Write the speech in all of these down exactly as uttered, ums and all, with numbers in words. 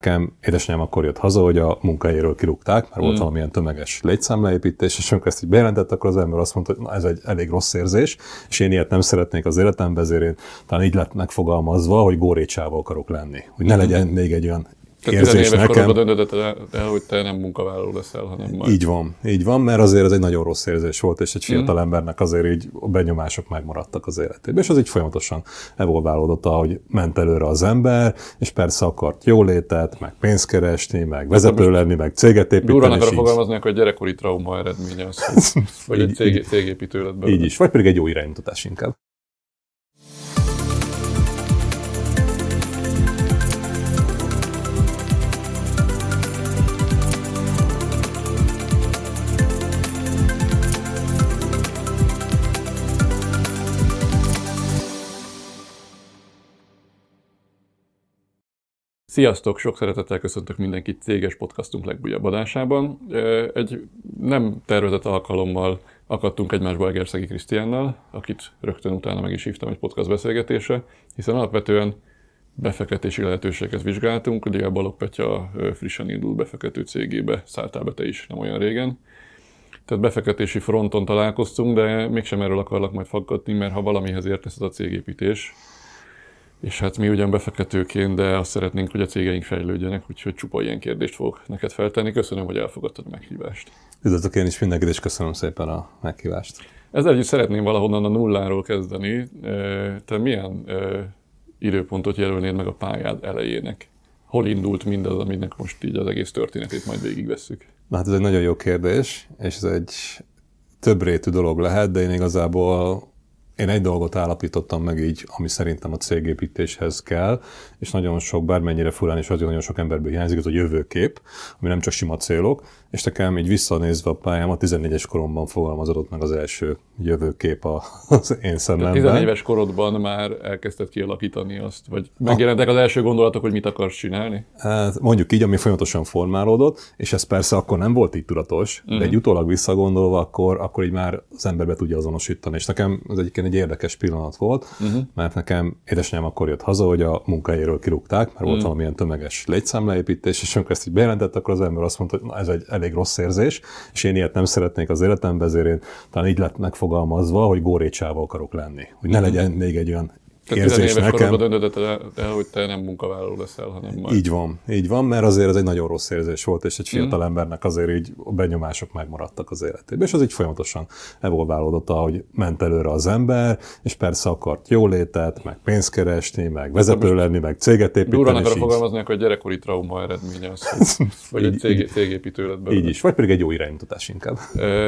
nekem édesanyám akkor jött haza, hogy a munkahelyéről kirúgták, mert mm. volt valamilyen tömeges létszámleépítés, és amikor ezt így bejelentett, akkor az ember azt mondta, hogy na, ez egy elég rossz érzés, és én ilyet nem szeretnék az életemben, ezért én talán így lett megfogalmazva, hogy górécsával akarok lenni. Hogy ne legyen még egy olyan érzés nekem. korodban döntötted el, hogy te nem munkavállaló leszel, hanem majd. Így van, így van, mert azért ez egy nagyon rossz érzés volt, és egy fiatal mm. embernek azért így a benyomások megmaradtak az életében. És az így folyamatosan evolválódott, ahogy ment előre az ember, és persze akart jólétet, meg pénzt keresni, meg vezető lenni, meg céget építeni. Durran akarok fogalmazni, akkor egy gyerekkori trauma eredménye az, hogy, hogy egy cég, cégépítő lett belőle. Így is, vagy pedig egy jó iránymutatás inkább. Sziasztok! Sok szeretettel köszöntök mindenkit céges podcastunk legújabb adásában. Egy nem tervezett alkalommal akadtunk egymásba Egerszegi Krisztiánnal, akit rögtön utána meg is hívtam egy podcast beszélgetésre, hiszen alapvetően befektetési lehetőségeket vizsgáltunk. Ugye a Balogh Petya frissen indult befektető cégébe szálltál be te is nem olyan régen. Tehát befektetési fronton találkoztunk, de mégsem erről akarlak majd faggatni, mert ha valamihez értesz, ez a cégépítés. És hát mi ugyan befektetőként, de azt szeretnénk, hogy a cégeink fejlődjenek, úgyhogy csupa ilyen kérdést fogok neked feltenni. Köszönöm, hogy elfogadtad a meghívást. Üdvözlök én is mindenkit, és köszönöm szépen a meghívást. Ezzel együtt szeretném valahonnan a nulláról kezdeni. Te milyen időpontot jelölnéd meg a pályád elejének? Hol indult mindaz, aminek most így az egész történetét majd végigvesszük? Na hát ez egy nagyon jó kérdés, és ez egy többrétű dolog lehet, de én igazából Én egy dolgot állapítottam meg így, ami szerintem a cégépítéshez kell, és nagyon sok, bármennyire furán is az, nagyon sok emberből hiányzik, ez a jövőkép, ami nem csak sima célok, és nekem így visszanézve a pályámat, tizennégyes koromban fogalmazódott meg az első jövőkép az én szememben. tizennégy éves korodban már elkezdted kialakítani azt, vagy megjelentek az első gondolatok, hogy mit akarsz csinálni? Hát mondjuk így, ami folyamatosan formálódott, és ez persze akkor nem volt így tudatos, uh-huh. de egy utólag visszagondolva, akkor, akkor így már az ember be tudja azonosítani, és nekem ez egyébként egy érdekes pillanat volt, uh-huh. mert nekem édesanyám akkor jött haza, hogy a munkahelyéről kirúgták, mert uh-huh. volt valamilyen tömeges létszámleépítés, és amikor ezt így bejelentett, akkor az ember azt mondta, hogy na, ez egy elég rossz érzés, és én ilyet nem szeretnék az életemben, ezért én talán így lett megfogalmazva, hogy górécsával akarok lenni. Hogy ne uh-huh. legyen még egy olyan érzés nekem. korodban döntötted el, hogy te nem munkavállaló leszel, hanem majd. Így van, így van, mert azért ez egy nagyon rossz érzés volt, és egy fiatal mm. embernek azért így a benyomások megmaradtak az életében. És az így folyamatosan evolválódott, ahogy ment előre az ember, és persze akart jólétet, meg pénzt keresni, meg vezető lenni, meg céget építeni. Durran akarok fogalmazni, hogy egy gyerekkori trauma eredménye az, hogy, hogy egy cég, cégépítő lett belőle. Így is, vagy pedig egy jó iránymutatás inkább.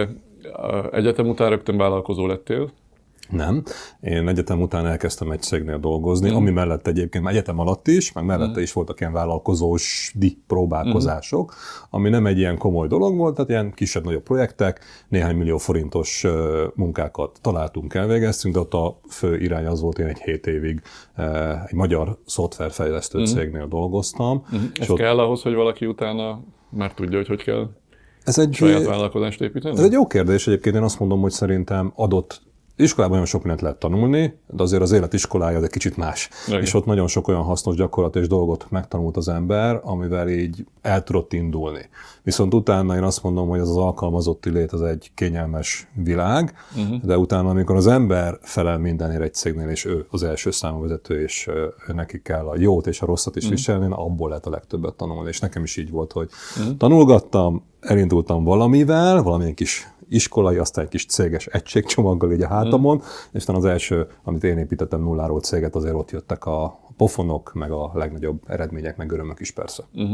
Egyetem után rögtön vállalkozó lettél? Nem. Én egyetem után elkezdtem egy cégnél dolgozni, mm. ami mellett egyébként egyetem alatt is, meg mellette mm. is voltak ilyen vállalkozós próbálkozások, mm. ami nem egy ilyen komoly dolog volt, tehát ilyen kisebb-nagyobb projektek, néhány millió forintos munkákat találtunk, elvégeztünk, de ott a fő irány az volt, én egy hét évig egy magyar szoftverfejlesztő mm. cégnél dolgoztam. Mm. És Ez ott... kell ahhoz, hogy valaki utána már tudja, hogy hogy kell ez egy, saját vállalkozást építeni? Ez egy jó kérdés, egyébként én azt mondom, hogy szerintem adott iskolában nagyon sok mindent lehet tanulni, de azért az életiskolája az egy kicsit más. Igen. És ott nagyon sok olyan hasznos gyakorlat és dolgot megtanult az ember, amivel így el tudott indulni. Viszont utána én azt mondom, hogy ez az alkalmazotti lét az egy kényelmes világ, uh-huh. de utána, amikor az ember felel mindenért egy cégnél, és ő az első számú vezető, és ő neki kell a jót és a rosszat is uh-huh. viselni, abból lehet a legtöbbet tanulni. És nekem is így volt, hogy uh-huh. tanulgattam, elindultam valamivel, valamilyen kis iskolai, aztán egy kis céges egységcsomaggal így a hátamon, mm. és aztán az első, amit én építettem nulláról céget, azért ott jöttek a pofonok, meg a legnagyobb eredmények, meg örömök is persze. Uh-huh.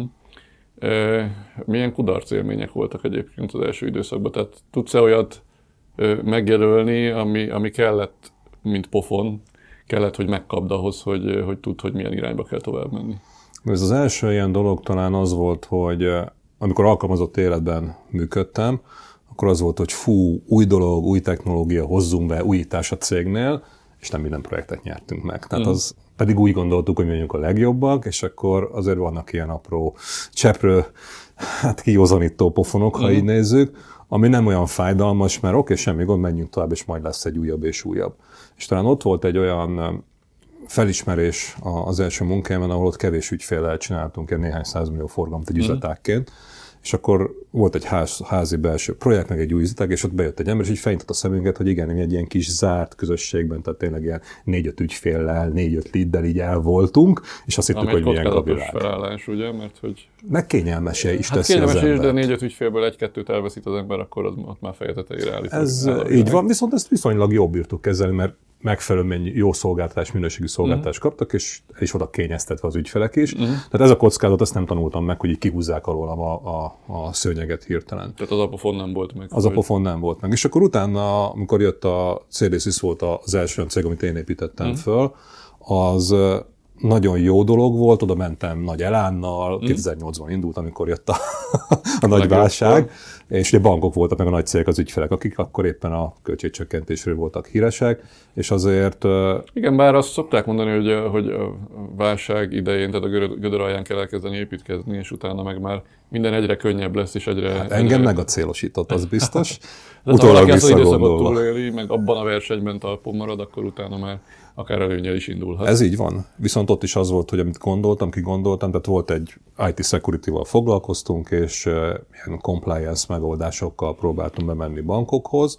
E, milyen kudarc élmények voltak egyébként az első időszakban? Tehát tudsz-e olyat e, megjelölni, ami, ami kellett, mint pofon, kellett, hogy megkapd ahhoz, hogy, hogy tudd, hogy milyen irányba kell tovább menni? Ez az első ilyen dolog talán az volt, hogy amikor alkalmazott életben működtem, akkor az volt, hogy fú, új dolog, új technológia, hozzunk be újítás a cégnél, és nem minden projektet nyertünk meg. Tehát az, pedig úgy gondoltuk, hogy mi vagyunk a legjobbak, és akkor azért vannak ilyen apró cseprő, hát kijózanító pofonok, ha így nézzük, ami nem olyan fájdalmas, mert oké, semmi gond, menjünk tovább, és majd lesz egy újabb és újabb. És talán ott volt egy olyan felismerés az első munkámban, ahol ott kevés ügyféllel csináltunk egy néhány százmillió forgalmat egy üzletágként, és akkor volt egy ház, házi belső projekt, meg egy új üzletág, és ott bejött egy ember, és így felnyitotta a szemünket, hogy igen, mi egy ilyen kis zárt közösségben, tehát tényleg ilyen négy-öt ügyféllel, négy-öt leaddel így el voltunk, és azt hittük, hogy milyen a világ. Felállás, ugye, mert hogy... Meg kényelmesé is hát teszi az embert. Kényelmes is, de négy-öt ügyfélből egy-kettőt elveszít az ember, akkor az ott már feje tetejére állít. Ez így van, viszont ezt viszonylag jobb bírtuk kezelni, mert megfelelő mennyi jó szolgáltatás, minőségű szolgáltatást uh-huh. kaptak, és, és oda kényeztetve az ügyfelek is. Uh-huh. Tehát ez a kockázat, azt nem tanultam meg, hogy így kihúzzák alólam a, a, a szőnyeget hirtelen. Tehát az apofon nem volt meg. Az hogy... apofon nem volt meg. És akkor utána, amikor jött a cé dé six volt az első olyan cég, amit én építettem uh-huh. föl, az nagyon jó dolog volt, oda mentem nagy elánnal, mm. kétezer-nyolcban indult, amikor jött a, a nagy válság, és ugye bankok voltak, meg a nagy cégek, az ügyfelek, akik akkor éppen a költségcsökkentésről voltak híresek, és azért... Igen, bár azt szokták mondani, hogy, hogy a válság idején, tehát a gödör alján kell elkezdeni építkezni, és utána meg már minden egyre könnyebb lesz, és egyre... Hát engem egyre... meg a célosított, az biztos. Utólag visszagondolva. Túléli, meg abban a versenyben talpon marad, akkor utána már akár előnnyel is indulhat. Ez így van. Viszont ott is az volt, hogy amit gondoltam, ki gondoltam, tehát volt egy i té security-val foglalkoztunk, és uh, ilyen compliance megoldásokkal próbáltunk bemenni bankokhoz,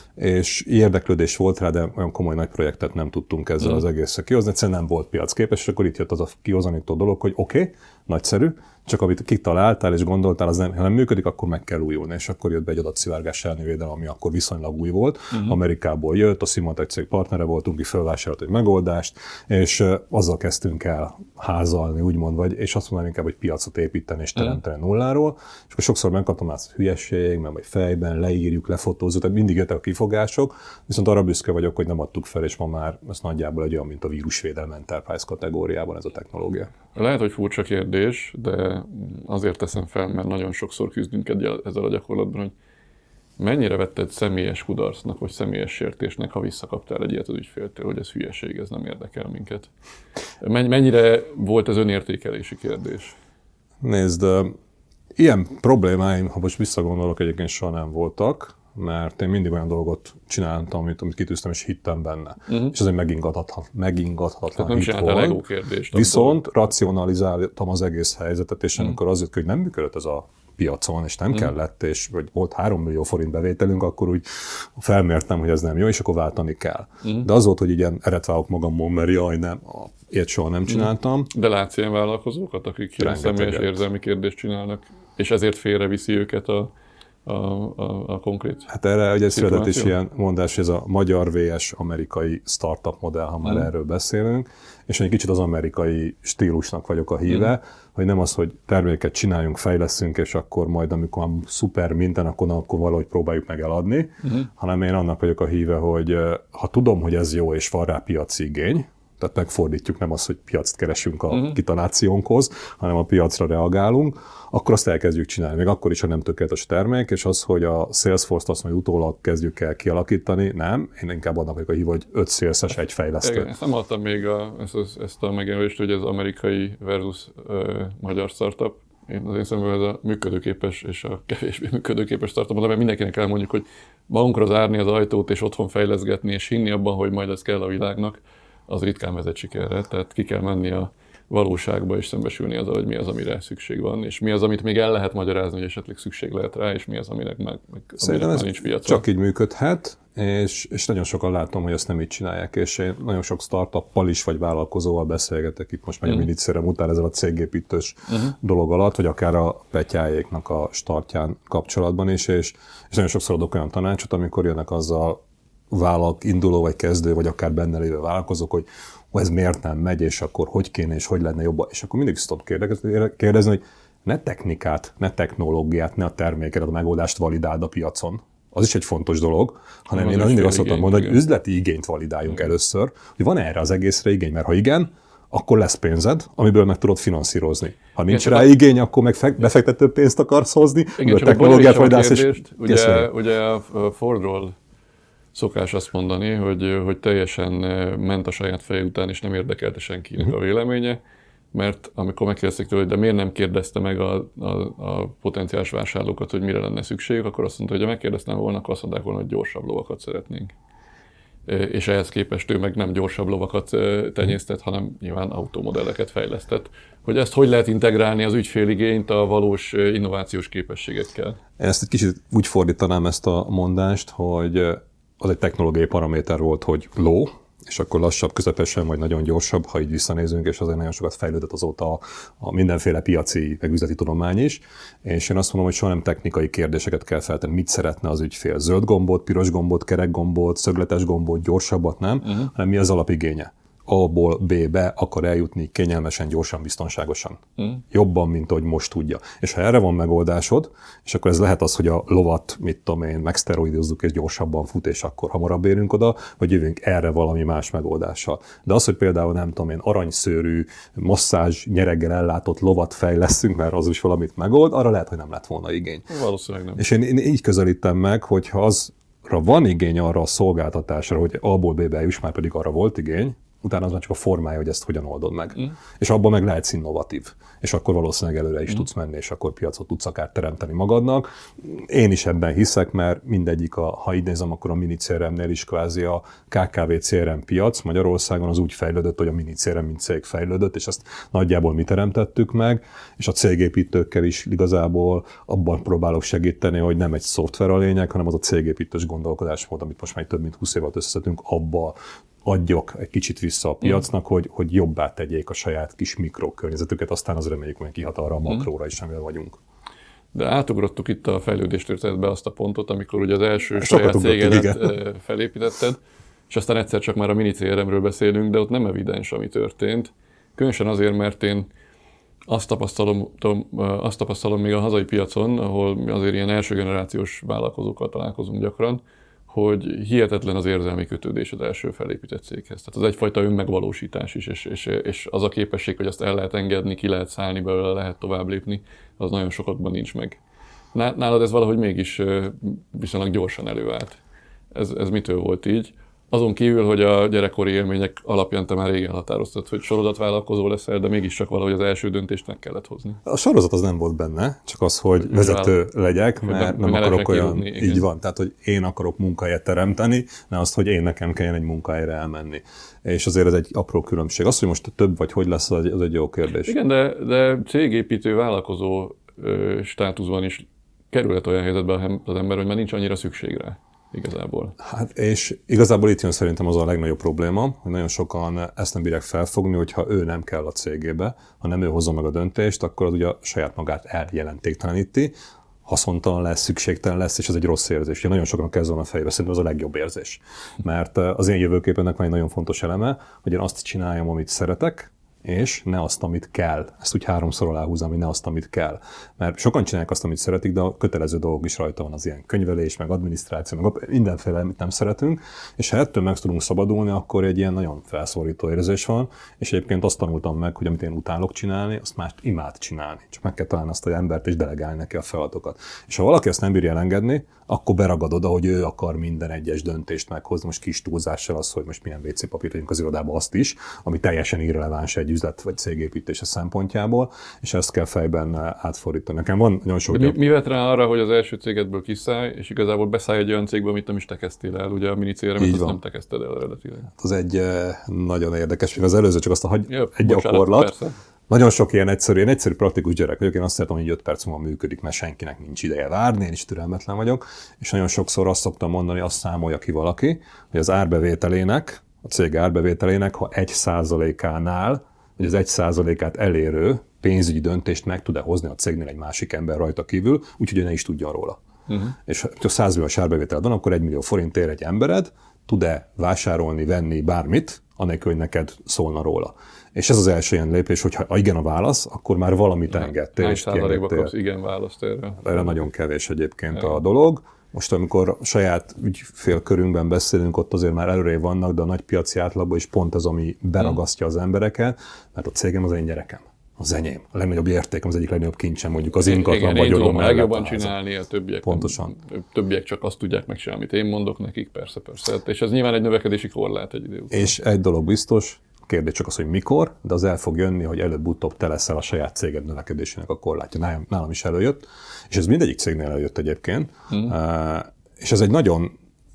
és érdeklődés volt rá, de olyan komoly nagy projektet nem tudtunk ezzel mm. az egészre kihozni, egyszerűen nem volt piacképes, és akkor itt jött az a kihozanító dolog, hogy oké, okay, nagyszerű, csak amit kitaláltál és gondoltál, az nem, ha nem működik, akkor meg kell újulni, és akkor jött be egy adatszivárgás elleni védelem, ami akkor viszonylag új volt. Uh-huh. Amerikából jött, a Symantec cég partnere voltunk, ki fölvásárolt egy megoldást, és uh, azzal kezdtünk el házalni, úgymond, vagy, és azt mondanám inkább, hogy piacot építeni és teremteni uh-huh. nulláról, és akkor sokszor megkaptam azt, hülyeség, mert vagy fejben leírjuk, lefotózzuk, tehát mindig jöttek a kifogások, viszont arra büszke vagyok, hogy nem adtuk fel, és ma már ez nagyjából egy olyan, mint a vírusvédelem enterprise kategóriában ez a technológia. Lehet, hogy furcsa kérdés, de azért teszem fel, mert nagyon sokszor küzdünk ezzel a gyakorlatban, hogy mennyire vetted személyes kudarcnak, vagy személyes sértésnek, ha visszakaptál egy ilyet az ügyféltől, hogy ez hülyeség, ez nem érdekel minket. Mennyire volt ez önértékelési kérdés? Nézd, ilyen problémáim, ha most visszagondolok, egyébként soha nem voltak, mert én mindig olyan dolgot csináltam, amit, amit kitűztem, és hittem benne. Uh-huh. És ez egy megingathatatlan, megingathatatlan hit volt. Lego kérdést. Viszont akkor racionalizáltam az egész helyzetet, és uh-huh. amikor az jött, hogy nem működött ez a piacon, és nem uh-huh. kellett, és vagy volt három millió forint bevételünk, akkor úgy felmértem, hogy ez nem jó, és akkor váltani kell. Uh-huh. De az volt, hogy ilyen eretválok magamon, mert jaj, nem, ilyet soha nem csináltam. Uh-huh. De látsz ilyen vállalkozókat, akik ilyen személyes érzelmi kérdést csinálnak, és ezért félreviszi őket a A, a, a konkrét Hát erre ugye született is ilyen mondás, ez a magyar versus amerikai startup modell, ha már mm. erről beszélünk, és egy kicsit az amerikai stílusnak vagyok a híve, mm. hogy nem az, hogy terméket csináljunk, fejleszünk, és akkor majd, amikor szuper minden, akkor, akkor valahogy próbáljuk meg eladni, mm. hanem én annak vagyok a híve, hogy ha tudom, hogy ez jó, és van rá piaci igény, tehát megfordítjuk, nem az, hogy piacot keresünk a uh-huh. kitalációnkhoz, hanem a piacra reagálunk, akkor azt elkezdjük csinálni. Még akkor is, ha nem tökéletes termék, és az, hogy a Salesforce-t azt majd utólag kezdjük el kialakítani, nem. Én inkább annak vagyok a hív, hogy öt szélszes, egy fejlesztő. Igen, ezt nem adtam még a, ezt, ezt a megjelölést, hogy ez amerikai versus uh, magyar startup. Én az én szemben ez a működőképes és a kevésbé működőképes startup, de mert mindenkinek elmondjuk, hogy magunkra zárni az ajtót és otthon fejleszgetni, és hinni abban, hogy majd ez kell a világnak, az ritkán vezet sikerre, tehát ki kell menni a valóságba és szembesülni azzal, hogy mi az, amire szükség van, és mi az, amit még el lehet magyarázni, hogy esetleg szükség lehet rá, és mi az, aminek meg, meg aminek már nincs piacon. Csak így működhet, és, és nagyon sokan látom, hogy ezt nem így csinálják, és én nagyon sok startuppal is, vagy vállalkozóval beszélgetek itt most meg uh-huh. a minicére után ezzel a cégépítős uh-huh. dolog alatt, vagy akár a betyájéknak a startján kapcsolatban is, és, és nagyon sokszor adok olyan tanácsot, amikor jönnek azzal vállalk, induló vagy kezdő, vagy akár benne lévő vállalkozók, hogy ez miért nem megy, és akkor hogy kéne, és hogy lenne jobban. És akkor mindig szoktam kérdezni, kérdezni, hogy ne technikát, ne technológiát, ne a terméket, a megoldást validáld a piacon. Az is egy fontos dolog, hanem én mindig azt szoktam mondani, hogy üzleti igényt validáljunk igen. először, hogy van erre az egészre igény, mert ha igen, akkor lesz pénzed, amiből meg tudod finanszírozni. Ha nincs igen, rá a... igény, akkor meg fe... befektető pénzt akarsz hozni, igen, a technológiát validálsz, és ugye, ugye a Fordról szokás azt mondani, hogy, hogy teljesen ment a saját feje után, és nem érdekelte senkinek uh-huh. a véleménye, mert amikor megkérdezték tőle, hogy de miért nem kérdezte meg a, a, a potenciális vásárlókat, hogy mire lenne szükségük, akkor azt mondta, hogy ha megkérdeztem volna, akkor azt mondták volna, hogy gyorsabb lovakat szeretnénk. és ehhez képest ő meg nem gyorsabb lovakat tenyésztett, hanem nyilván automodelleket fejlesztett. Hogy ezt hogy lehet integrálni az ügyféligényt a valós innovációs képességekkel? Én ezt egy kicsit úgy fordítanám ezt a mondást, hogy az egy technológiai paraméter volt, hogy low, és akkor lassabb, közepesen, vagy nagyon gyorsabb, ha így visszanézünk, és azért nagyon sokat fejlődött azóta a, a mindenféle piaci, meg üzleti tudomány is. És én azt mondom, hogy soha nem technikai kérdéseket kell feltenni, mit szeretne az ügyfél. Zöld gombot, piros gombot, kerek gombot, szögletes gombot, gyorsabbat nem, uh-huh. hanem mi az alapigénye. A-ból B-be akar eljutni kényelmesen, gyorsan, biztonságosan. Mm. Jobban, mint ahogy most tudja. És ha erre van megoldásod, és akkor ez lehet az, hogy a lovat, mit tudom én, megszteroidozzuk és gyorsabban fut, és akkor hamarabb érünk oda, vagy jövünk erre valami más megoldással. De az, hogy például nem tudom én, aranyszőrű, masszázs nyereggel ellátott lovat fejlesztünk, mert az is valamit megold, arra lehet, hogy nem lett volna igény. Valószínűleg nem. És én, én így közelítem meg, hogyha azra van igény arra a szolgáltatásra, hogy A-ból B-be eljuss, már pedig arra volt igény, utána az már csak a formája, hogy ezt hogyan oldod meg. Mm. És abban meg lehetsz innovatív. És akkor valószínűleg előre is mm. tudsz menni, és akkor piacot tudsz akár teremteni magadnak. Én is ebben hiszek, mert mindegyik, a, ha így nézem, akkor a mini cé er em-nél is kvázi a ká ká vé cé er em piac Magyarországon az úgy fejlődött, hogy a mini cé er em mint cég fejlődött, és ezt nagyjából mi teremtettük meg, és a cégépítőkkel is igazából abban próbálok segíteni, hogy nem egy szoftver a lényeg, hanem az a cégépítős gondolkodásmód, amit most már több mint húsz évet összeszedünk, abba adjak egy kicsit vissza a piacnak, mm. hogy, hogy jobbá tegyék a saját kis mikrokörnyezetüket, aztán az reméljük, hogy kihat arra a makróra is, amivel vagyunk. De átugrottuk itt a fejlődéstörténetbe azt a pontot, amikor ugye az első saját cégedet felépítetted, és aztán egyszer csak már a mini cé er em-ről beszélünk, de ott nem evidens, ami történt. Különösen azért, mert én azt tapasztalom, azt tapasztalom még a hazai piacon, ahol azért ilyen első generációs vállalkozókkal találkozunk gyakran, hogy hihetetlen az érzelmi kötődés az első felépített céghez. Tehát az egyfajta önmegvalósítás is, és, és, és az a képesség, hogy azt el lehet engedni, ki lehet szállni belőle, lehet tovább lépni, az nagyon sokakban nincs meg. Nálad ez valahogy mégis viszonylag gyorsan előállt. Ez, ez mitől volt így? Azon kívül, hogy a gyerekkori élmények alapján te már régen határoztad, hogy sorozatvállalkozó leszel, de mégiscsak valahogy az első döntést meg kellett hozni. A sorozat az nem volt benne, csak az, hogy vezető legyek, mert nem, nem akarok olyan, kirúgni, így van, tehát hogy én akarok munkahelyet teremteni, ne azt, hogy én nekem kelljen egy munkahelyre elmenni. És azért ez egy apró különbség. Az, hogy most több vagy hogy lesz, az egy, az egy jó kérdés. Igen, de, de cégépítő, vállalkozó ö, státuszban is kerülhet olyan helyzetbe az ember, hogy már nincs annyira szükség rá. Igazából. Hát és igazából itt jön szerintem az a legnagyobb probléma, hogy nagyon sokan ezt nem bírják felfogni, hogyha ő nem kell a cégébe, ha nem ő hozza meg a döntést, akkor az ugye saját magát eljelentékteleníti, haszontalan lesz, szükségtelen lesz, és ez egy rossz érzés. Ugye nagyon sokan kezd a fejbe, szerintem az a legjobb érzés. Mert az én jövőképemnek van egy nagyon fontos eleme, hogy én azt csináljam, amit szeretek, és ne azt, amit kell. Ezt úgy háromszor aláhúzom, hogy ne azt, amit kell. Mert sokan csinálják azt, amit szeretik, de a kötelező dolgok is rajta van, az ilyen könyvelés, meg adminisztráció, meg mindenféle, amit nem szeretünk, és ha ettől meg tudunk szabadulni, akkor egy ilyen nagyon felszólító érzés van, és egyébként azt tanultam meg, hogy amit én utálok csinálni, azt már imád csinálni. Csak meg kell találni azt az embert, és delegálni neki a feladatokat. És ha valaki ezt nem bírja elengedni, akkor beragad oda, hogy ő akar minden egyes döntést meghozni, most kis túlzással az, hogy most milyen vé cé papírt vagyunk az irodában, azt is, ami teljesen irreleváns egy üzlet vagy cégépítése szempontjából, és ezt kell fejben átfordítani. Nekem van nagyon sok... Mi, mi vett rá arra, hogy az első cégedből kiszállj, és igazából beszállj egy olyan cégbe, amit nem is te kezdtél el, ugye a mini cé er em-et azt nem te kezdted el eredetileg. Az egy nagyon érdekes, az előző csak azt a hagy... Jó, egy bocsánat, gyakorlat. Persze. Nagyon sok ilyen egyszerű, én egyszerű praktikus gyerek vagyok, én azt szeretem, hogy öt perc múlva működik, mert senkinek nincs ideje várni, én is türelmetlen vagyok, és nagyon sokszor azt szoktam mondani, azt számolja ki valaki, hogy az árbevételének, a cég árbevételének, ha egy százalékánál, hogy az egy százalékát elérő pénzügyi döntést meg tud-e hozni a cégnél egy másik ember rajta kívül, úgyhogy ő ne is tudjon róla. Uh-huh. És ha száz milliós árbevételed van, akkor egy millió forintért egy embered tud-e vásárolni, venni bármit, anélkül, hogy neked szólna róla. És ez az első ilyen lépés, hogyha igen a válasz, akkor már valamit engedtél. Hány százalékba kapsz igen választ erre? Erre nagyon kevés egyébként igen. A dolog. Most amikor saját ügyfélkörünkben beszélünk, ott azért már előrébb vannak, de a nagy piaci átlagban is pont ez, ami beragasztja az embereket, mert a cégem az én gyerekem. Az enyém. A legnagyobb értékem, az egyik legnagyobb kincsem, mondjuk az ingatlan vagyonom. Én tudom legjobban csinálni, a többiek, pontosan. Nem, többiek csak azt tudják megcsinálni, amit én mondok nekik, persze, persze. És ez nyilván egy növekedési korlát egy idő után. És egy dolog biztos, a kérdés csak az, hogy mikor, de az el fog jönni, hogy előbb-utóbb te leszel a saját céged növekedésének a korlátja. Nálam, nálam is előjött, és ez mindegyik cégnél előjött egyébként. Hmm. Uh, és ez egy nagyon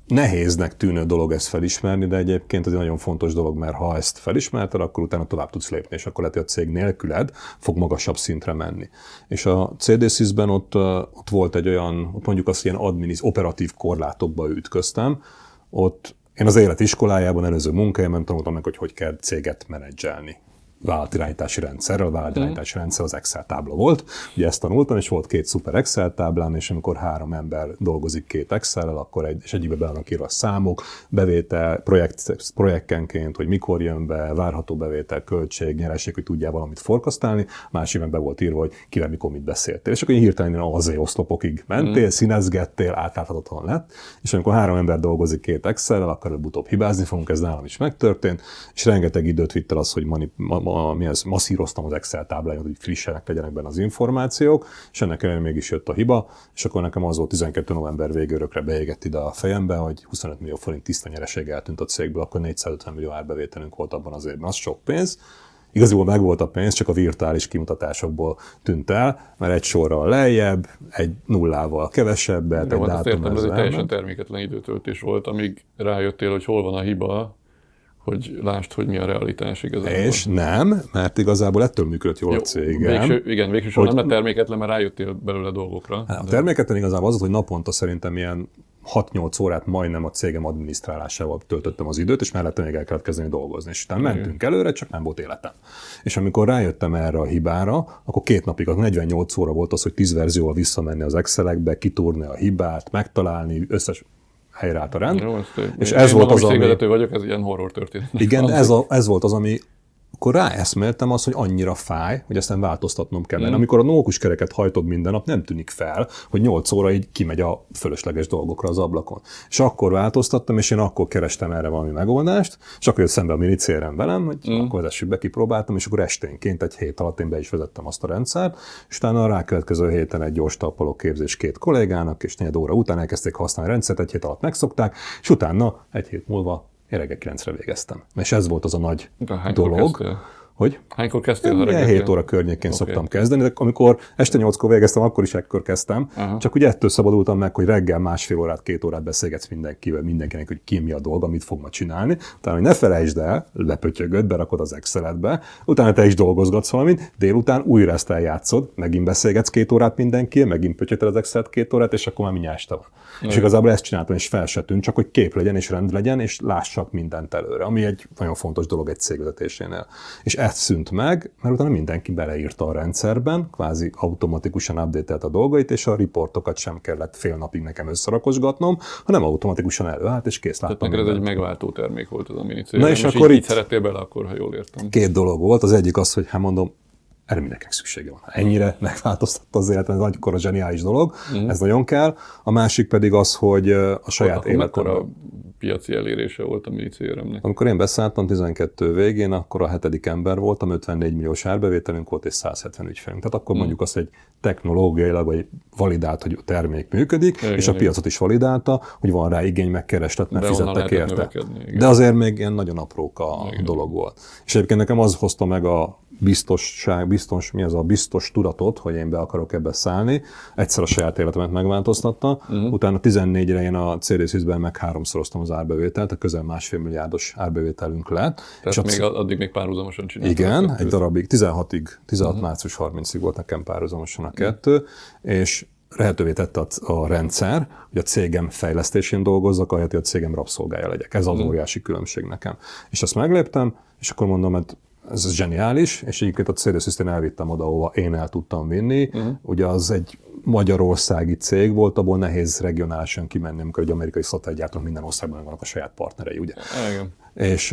nehéznek tűnő dolog ezt felismerni, de egyébként ez egy nagyon fontos dolog, mert ha ezt felismerted, akkor utána tovább tudsz lépni, és akkor lehet, hogy a cég nélküled fog magasabb szintre menni. És a cé dé szíszben ott, ott volt egy olyan, ott mondjuk azt ilyen adminisz, operatív korlátokba ütköztem, ott én az életiskolájában előző munkájában tanultam meg, hogy hogy kell céget menedzselni. Vállalatirányítási rendszerrel, a vállalatirányítási mm. rendszer az Excel tábla volt. Ugye ezt tanultam, és volt két szuper Excel táblám, és amikor három ember dolgozik két Excel-rel, akkor egy, és egyikbe be vannak írva a számok, bevétel, projekt, projektenként, hogy mikor jön be, várható bevétel, költség, nyereség, hogy tudjál valamit forecastálni, másikben be volt írva, hogy kivel mikor mit beszéltél. És akkor én hirtelen az oszlopokig mentél, mm. színezgettél, átláthatatlan lett, és amikor három ember dolgozik két Excel-rel, akkor előbb-utóbb hibázni fogunk, ez nálam is megtörtént, és rengeteg időt vitt el az, hogy manip, A, mi ez, masszíroztam az Excel tábláját, hogy frissenek legyenek benne az információk, és ennek ellenére mégis jött a hiba, és akkor nekem az volt tizenkettő november végén örökre beégett ide a fejembe, hogy huszonöt millió forint tiszta nyereség eltűnt a cégből, akkor négyszázötven millió árbevételünk volt abban az évben, az sok pénz. Igazából meg volt a pénz, csak a virtuális kimutatásokból tűnt el, mert egy sorral lejjebb, egy nullával kevesebbet, de egy dátum ez egy teljesen terméketlen időtöltés volt, amíg rájöttél, hogy hol van a hiba, hogy lásd, hogy mi a realitás igazából. És nem, mert igazából ettől működött jól Jó, a cégem. Végső, igen, végsősorban nem lett terméketlen, mert rájöttél belőle dolgokra. Hát, a terméketlen igazából az, hogy naponta szerintem ilyen hat-nyolc órát majdnem a cégem adminisztrálásával töltöttem az időt, és mellette még el kellett kezdeni dolgozni. És utána mentünk előre, csak nem volt életem. És amikor rájöttem erre a hibára, akkor két napig, az negyvennyolc óra volt az, hogy tíz verzióval visszamenni az Excelekbe, kitúrni a hibát, megtalálni, összes helyreállt a rend. Jó, ezt, és én ez volt az, ami... vagyok, ez ilyen horror történet. Igen, ez, a, ez volt az, ami akkor ráeszméltem azt, hogy annyira fáj, hogy aztán változtatnom kell. Mm. Amikor a nókuskereket hajtod minden nap, nem tűnik fel, hogy nyolc óra így kimegy a fölösleges dolgokra az ablakon. És akkor változtattam, és én akkor kerestem erre valami megoldást, és akkor jött szembe a minicérem velem, hogy mm. akkor vezessük be, kipróbáltam, és akkor esténként egy hét alatt én be is vezettem azt a rendszert, és utána a rákövetkező héten egy gyors talpaló képzés két kollégának, és négy óra után elkezdték használni a rendszert, egy hét alatt megszokták, és utána egy hét múlva én reggel kilencre végeztem. És ez volt az a nagy dolog. Kezdtél? Hogy? Hánykor kezdtél? Reggel? hét óra környékén okay. szoktam kezdeni, de amikor este nyolckor végeztem, akkor is ekkor kezdtem. Uh-huh. Csak ugye ettől szabadultam meg, hogy reggel másfél órát, két órát beszélgetsz mindenkivel, mindenkinek, hogy ki mi a dolga, mit fog ma csinálni. Utána, hogy ne felejtsd el, lepötyögöd, berakod az Exceletbe, utána te is dolgozgatsz valamit, délután újra ezt eljátszod, megint beszélgetsz két órát mindenkivel, megint pötyögted az Excelet két órát, és akkor már mindjárt este van. És igazából ezt csináltam, és fel se tűnt, csak hogy kép legyen, és rend legyen, és lássak mindent előre, ami egy nagyon fontos dolog egy cégvezetésénél. És ez szűnt meg, mert utána mindenki beleírta a rendszerben, kvázi automatikusan update-elt a dolgait, és a riportokat sem kellett fél napig nekem összerakosgatnom, hanem automatikusan előállt, és kész láttam. Tehát neked ez egy megváltó termék volt az a minicél. Na és akkor itt szerettél bele akkor, ha jól értem. Két dolog volt. Az egyik az, hogy hát mondom, erre mindenkinek szüksége van. Ennyire megváltoztatta az életet, ez nagykora zseniális dolog, mm. ez nagyon kell. A másik pedig az, hogy a saját életemben... Akkor piaci elérése volt a minicéremnek. Amikor én beszálltam tizenkettő végén, akkor a hetedik ember voltam, ötvennégy milliós árbevételünk volt és száz hetven ügyfelünk. Tehát akkor mm. mondjuk azt, hogy technológiailag vagy validált, hogy a termék működik, igen, és a igen. piacot is validálta, hogy van rá igény, meg kereslet, mert fizettek érte. De azért még ilyen nagyon aprók a igen. dolog volt. És egyébként nekem az hozta meg a biztosság, biztos, mi az a biztos tudatot, hogy én be akarok ebbe szállni. Egyszer a saját életemet megváltoztatta, uh-huh. utána tizennégyre én a cé dé szíszben meg háromszoroztam az árbevételt, a közel másfél milliárdos árbevételünk lett. Tehát és még, addig még párhuzamosan csináltam. Igen, egy darabig, tizenhatig, tizenhat uh-huh. március harmincadikáig volt nekem párhuzamosan a kettő, uh-huh. és lehetővé tette a rendszer, hogy a cégem fejlesztésén dolgozzak, ahelyett, hogy a cégem rabszolgája legyek. Ez az uh-huh. óriási különbség nekem. És ezt megléptem, és akkor mondom, hogy ez zseniális, és egyébként a cé dé szíszt elvittem oda, ahova én el tudtam vinni. Uh-huh. Ugye az egy magyarországi cég volt, abból nehéz regionálisan kimenni, amikor egy amerikai szatellitgyártónak minden országban vannak a saját partnerei, ugye? Igen. És,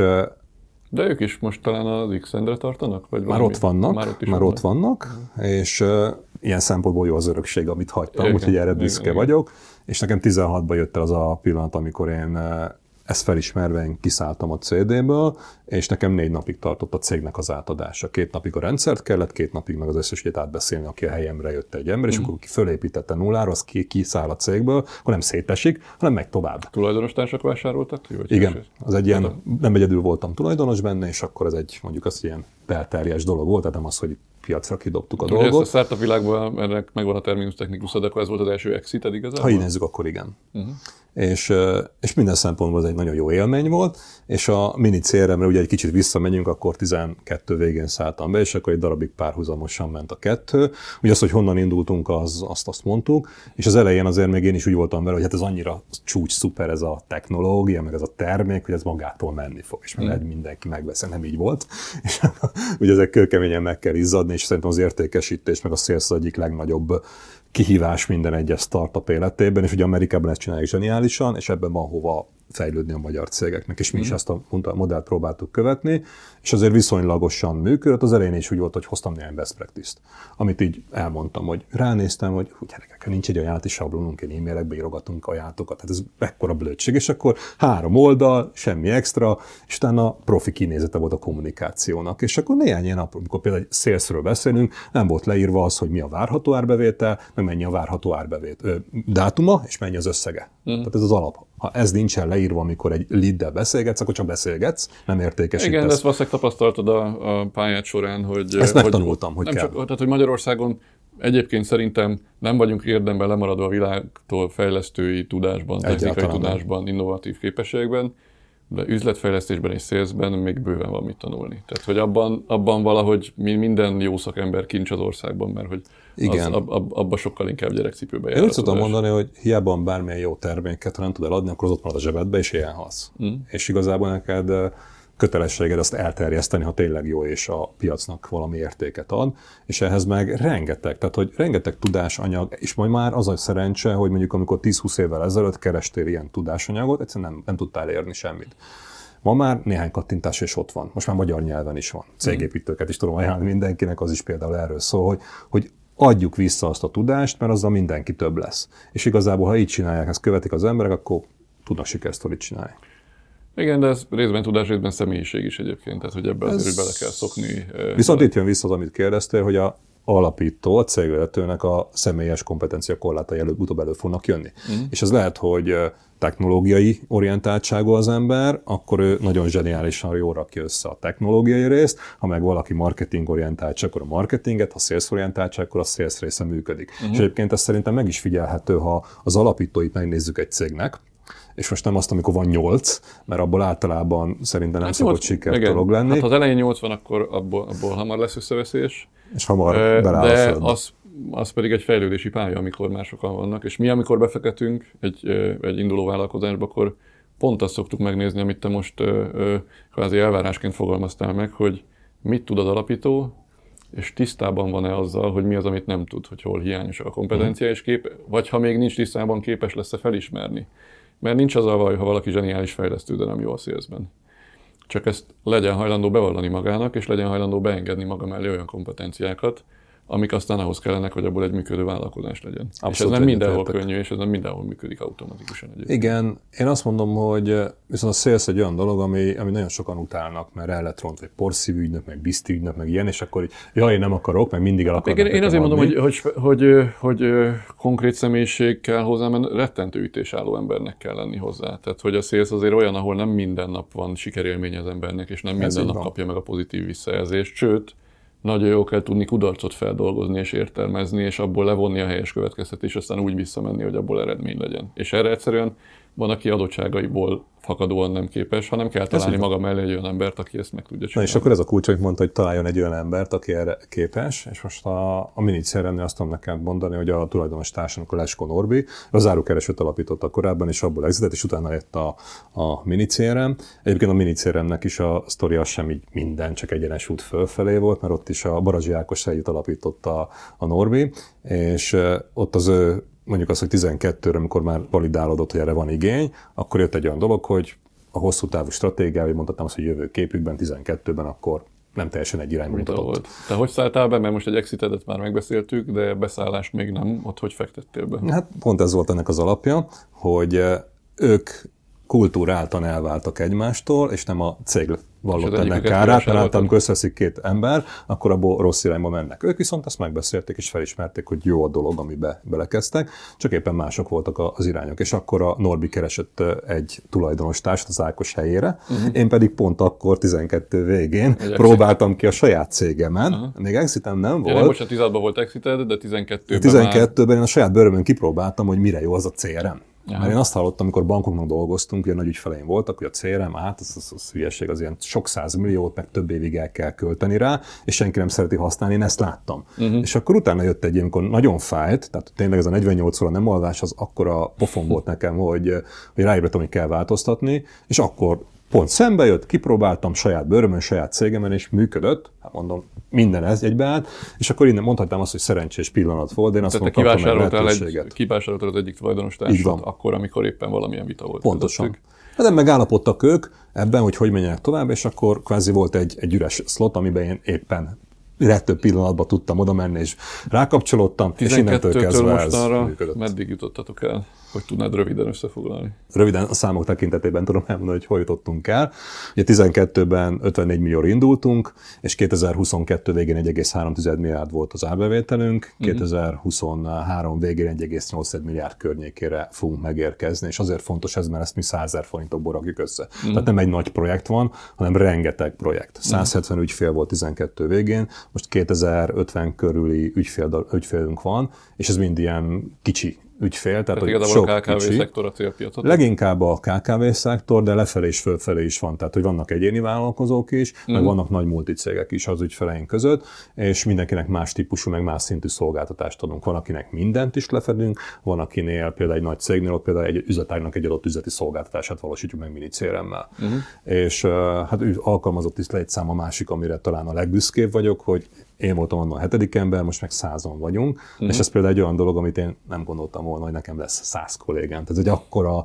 de ők is most talán az X-endre tartanak? Vagy már ott vannak, már ott, már ott vannak, uh-huh. és uh, ilyen szempontból jó az örökség, amit hagytam, úgyhogy erre büszke vagyok. És nekem tizenhatban jött el az a pillanat, amikor én uh, ezt felismerve én kiszálltam a cé déből, és nekem négy napig tartott a cégnek az átadása. Két napig a rendszert kellett, két napig meg az összes ügyet átbeszélni, aki a helyemre jött egy ember, és mm. akkor ki fölépítette nullára, az ki, kiszáll a cégből, akkor nem szétesik, hanem megy tovább. Tulajdonos-társak vásároltak? Igen, az egy ilyen, nem egyedül voltam tulajdonos benne, és akkor ez egy, mondjuk az ilyen belterjes dolog volt, tehát nem az, hogy piacra kidobtuk a ugye dolgot. Ezt a startup világban ennek megvan a terminus technikus, de akkor ez volt az első exit, igazából? Ha így nézzük, akkor igen. Uh-huh. és, és minden szempontból ez egy nagyon jó élmény volt, és a mini cé er emre ugye egy kicsit visszamegyünk, akkor tizenkettő végén szálltam be, és akkor egy darabig párhuzamosan ment a kettő. Ugye azt, hogy honnan indultunk, az, azt azt mondtuk, és az elején azért még én is úgy voltam vele, hogy hát ez annyira csúcs szuper ez a technológia, meg ez a termék, hogy ez magától menni fog, és meg mm. mindenki megveszi, nem így volt. És ugye ezek kőkeményen meg kell izzadni, és szerintem az értékesítés, meg a sales az egyik legnagyobb kihívás minden egyes startup életében, és ugye Amerikában ezt csinálják zseniálisan, és ebben van hova fejlődni a magyar cégeknek, és mi is ezt a modellt próbáltuk követni, és azért viszonylagosan működött. Az elején is úgy volt, hogy hoztam néhány best practice-t, amit így elmondtam, hogy ránéztem, hogy hú, gyerekek, nincs egy ajánlati sablonunk, én e-mailekbe írogatunk ajánlatokat, hát ez ekkora blödség, és akkor három oldal, semmi extra, és utána profi kinézete volt a kommunikációnak, és akkor néhány ilyen nap, amikor például egy salesről beszélünk, nem volt leírva az, hogy mi a várható árbevétel, meg mennyi a várható árbevétel dátuma, és mennyi az összege. Mm. Tehát ez az alap. Ha ez nincsen leírva, amikor egy leaddel beszélgetsz, akkor csak beszélgetsz, nem értékesítesz. Igen, de ezt valószínűleg tapasztaltad a, a pályád során, hogy... Ezt megtanultam, hogy, hogy nem kell. Csak, tehát, hogy Magyarországon egyébként szerintem nem vagyunk érdemben lemaradva a világtól fejlesztői tudásban, technikai tudásban, innovatív képességekben, de üzletfejlesztésben és salesben még bőven van mit tanulni. Tehát, hogy abban, abban valahogy minden jó szakember kincs az országban, mert hogy igen. Az, ab, ab, abban sokkal inkább gyerekcipőbe jár. Én úgy szoktam mondani, hogy hiába bármilyen jó terméket, ha nem tud eladni, akkor az ott marad a zsebedbe, és ilyen halsz. Mm. És igazából neked kötelességed azt elterjeszteni, ha tényleg jó, és a piacnak valami értéket ad, és ehhez meg rengeteg, tehát hogy rengeteg tudásanyag, és majd már az a szerencse, hogy mondjuk amikor tíz-húsz évvel ezelőtt kerestél ilyen tudásanyagot, egyszerűen nem, nem tudtál érni semmit. Ma már néhány kattintás és ott van. Most már magyar nyelven is van. Cégépítőket is tudom ajánlani mindenkinek, az is például erről szól, hogy, hogy adjuk vissza azt a tudást, mert azzal mindenki több lesz. És igazából, ha így csinálják, ezt követik az emberek, akkor tudnak sikersztorit csinálni. Igen, de ez részben tudás, részben személyiség is egyébként, tehát hogy ebbe azért bele kell szokni. Viszont itt jön vissza az, amit kérdeztél, hogy a alapító, a cégvezetőnek a személyes kompetencia korlátai előbb-utóbb elő fognak jönni. Mm. És ez lehet, hogy technológiai orientáltságú az ember, akkor ő nagyon zseniálisan jól rakja össze a technológiai részt, ha meg valaki marketing orientáltság, akkor a marketinget, ha sales orientáltság, akkor a sales része működik. Mm. És egyébként ez szerintem meg is figyelhető, ha az alapítóit megnézzük egy cégnek, és most nem azt, amikor van nyolc, mert abból általában szerintem nem hát szokott sikertolog lenni. Hát ha az elején nyolc van, akkor abból, abból hamar lesz összeveszés. És hamar beláll de a földbe. Az, az pedig egy fejlődési pálya, amikor már sokan vannak. És mi, amikor befektetünk egy, egy induló vállalkozásba, akkor pont azt szoktuk megnézni, amit te most kvázi elvárásként fogalmaztál meg, hogy mit tud az alapító, és tisztában van-e azzal, hogy mi az, amit nem tud, hogy hol hiányosak a kompetencia, mm. és kép, vagy ha még nincs tisztában, képes lesz-e felismerni. Mert nincs az a baj, ha valaki zseniális fejlesztő, de nem jó a salesben. Csak ezt legyen hajlandó bevallani magának, és legyen hajlandó beengedni maga mellé olyan kompetenciákat, amik aztán ahhoz kellenek, hogy abból egy működő vállalkozás legyen. Abszolút, és ez nem mindenhol értek. Könnyű, és ez nem mindenhol működik automatikusan. Egyébként. Igen, én azt mondom, hogy viszont a sales egy olyan dolog, ami, ami nagyon sokan utálnak, mert el lett rontva egy porszívű ügynök, meg bizti ügynök, meg ilyen, és akkor így, jaj, én nem akarok, meg mindig el akarnak. Én, én azért mondom, hogy, hogy, hogy, hogy, hogy konkrét személyiség kell hozzá, mert rettentő ütésálló embernek kell lenni hozzá. Tehát, hogy a sales azért olyan, ahol nem minden nap van sikerélmény az embernek, és nem minden nap van. Kapja meg a pozitív visszajelzést, sőt, nagyon jó kell tudni kudarcot feldolgozni és értelmezni, és abból levonni a helyes következtetést, aztán úgy visszamenni, hogy abból eredmény legyen. És erre egyszerűen van, aki adottságaiból fakadóan nem képes, hanem kell találni maga mellé egy olyan embert, aki ezt meg tudja csinálni. Na és akkor ez a kulcs, hogy mondta, hogy találjon egy olyan embert, aki erre képes, és most a, a mini cé er emnél azt tudom neked mondani, hogy a tulajdonos társának, a Lesko Norbi, az árukeresőt alapította korábban, és abból exitett, és utána jött a, a mini cé er em. Egyébként a mini cé er emnek is a sztoria sem így minden, csak egyenes út fölfelé volt, mert ott is a Barazsi Ákos együtt alapította a Norbi, és ott az ő mondjuk az, hogy tizenkettőre, amikor már validálódott, hogy erre van igény, akkor jött egy olyan dolog, hogy a hosszú távú stratégiával, mondhatnám azt, hogy jövőképükben, tizenkettőben akkor nem teljesen egy irányba mutatott. Te hogy szálltál be? Mert most egy exitedet már megbeszéltük, de beszállást még nem. Ott hogy fektettél be? Hát pont ez volt ennek az alapja, hogy ők kultúráltan elváltak egymástól, és nem a cég vallott ennek kárát, mert általában, amikor összeszik két ember, akkor abból rossz irányba mennek. Ők viszont ezt megbeszélték, és felismerték, hogy jó a dolog, amibe belekezdtek, csak éppen mások voltak az irányok. És akkor a Norbi keresett egy tulajdonostársat az Ákos helyére, uh-huh. én pedig pont akkor tizenkettő végén egy próbáltam exit. Ki a saját cégemen, uh-huh. még exitem nem volt. Ja, bocsánat, tízadban volt exited, de tizenkettőben tizenkettőben már... én a saját bőrömön kipróbáltam, hogy mire jó az a cé er em. Aha. Mert én azt hallottam, amikor bankoknak dolgoztunk, ugye nagy ügyfeleim voltak, hogy a cé er em, hát az, az, az hülyeség, az ilyen sok százmilliót, meg több évig el kell költeni rá, és senki nem szereti használni, én ezt láttam. Uh-huh. És akkor utána jött egy, amikor nagyon fájt, tehát tényleg ez a negyvennyolc óra nem alvás, az akkora pofon volt nekem, hogy, hogy ráébredtem, hogy kell változtatni, és akkor pont szembe jött, kipróbáltam saját bőrömön, saját cégemen, és működött. Hát mondom, minden ez egybeállt, és akkor innen mondhatnám azt, hogy szerencsés pillanat volt, de én azt mondtam, hogy lehetőséget. Kivásároltad az egyik tulajdonostársat akkor, amikor éppen valamilyen vita volt. Pontosan. De megállapodtak ők ebben, hogy hogy menjenek tovább, és akkor kvázi volt egy, egy üres slot, amiben én éppen legtöbb pillanatban tudtam oda menni, és rákapcsolódtam, és innentől kezdve ez működött. Meddig jutottatok el? Hogy tudnád röviden összefoglalni? Röviden a számok tekintetében tudom elmondani, hogy hol jutottunk el. Ugye tizenkettőben ötvennégy millióra indultunk, és kétezer-huszonkettő végén egy egész három milliárd volt az árbevételünk, uh-huh. kétezer-huszonhárom végén egy egész nyolc milliárd környékére fogunk megérkezni, és azért fontos ez, mert ezt mi százezer forintokból rakjuk össze. Uh-huh. Tehát nem egy nagy projekt van, hanem rengeteg projekt. százhetven uh-huh. ügyfél volt tizenkettő végén, most kétezer-ötven körüli ügyfél, ügyfélünk van, és ez mind ilyen kicsi ügyfél, tehát, tehát hogy sok a ká ká vé kicsi. Szektor a célpiacot? Leginkább a ká ká vé szektor, de lefelé és fölfelé is van, tehát hogy vannak egyéni vállalkozók is, mm. meg vannak nagy multicégek is az ügyfeleink között, és mindenkinek más típusú, meg más szintű szolgáltatást adunk. Van, akinek mindent is lefedünk, van, akinél például egy nagy cégnél, ott például egy üzletágnak egy adott üzleti szolgáltatását valósítjuk meg mini cé er em-mel. Mm. És hát alkalmazott is létszám a másik, amire talán a legbüszkébb vagyok, hogy én voltam annak a hetedik ember, most meg százan vagyunk, uh-huh. és ez például egy olyan dolog, amit én nem gondoltam volna, hogy nekem lesz száz kollégám. Tehát egy akkora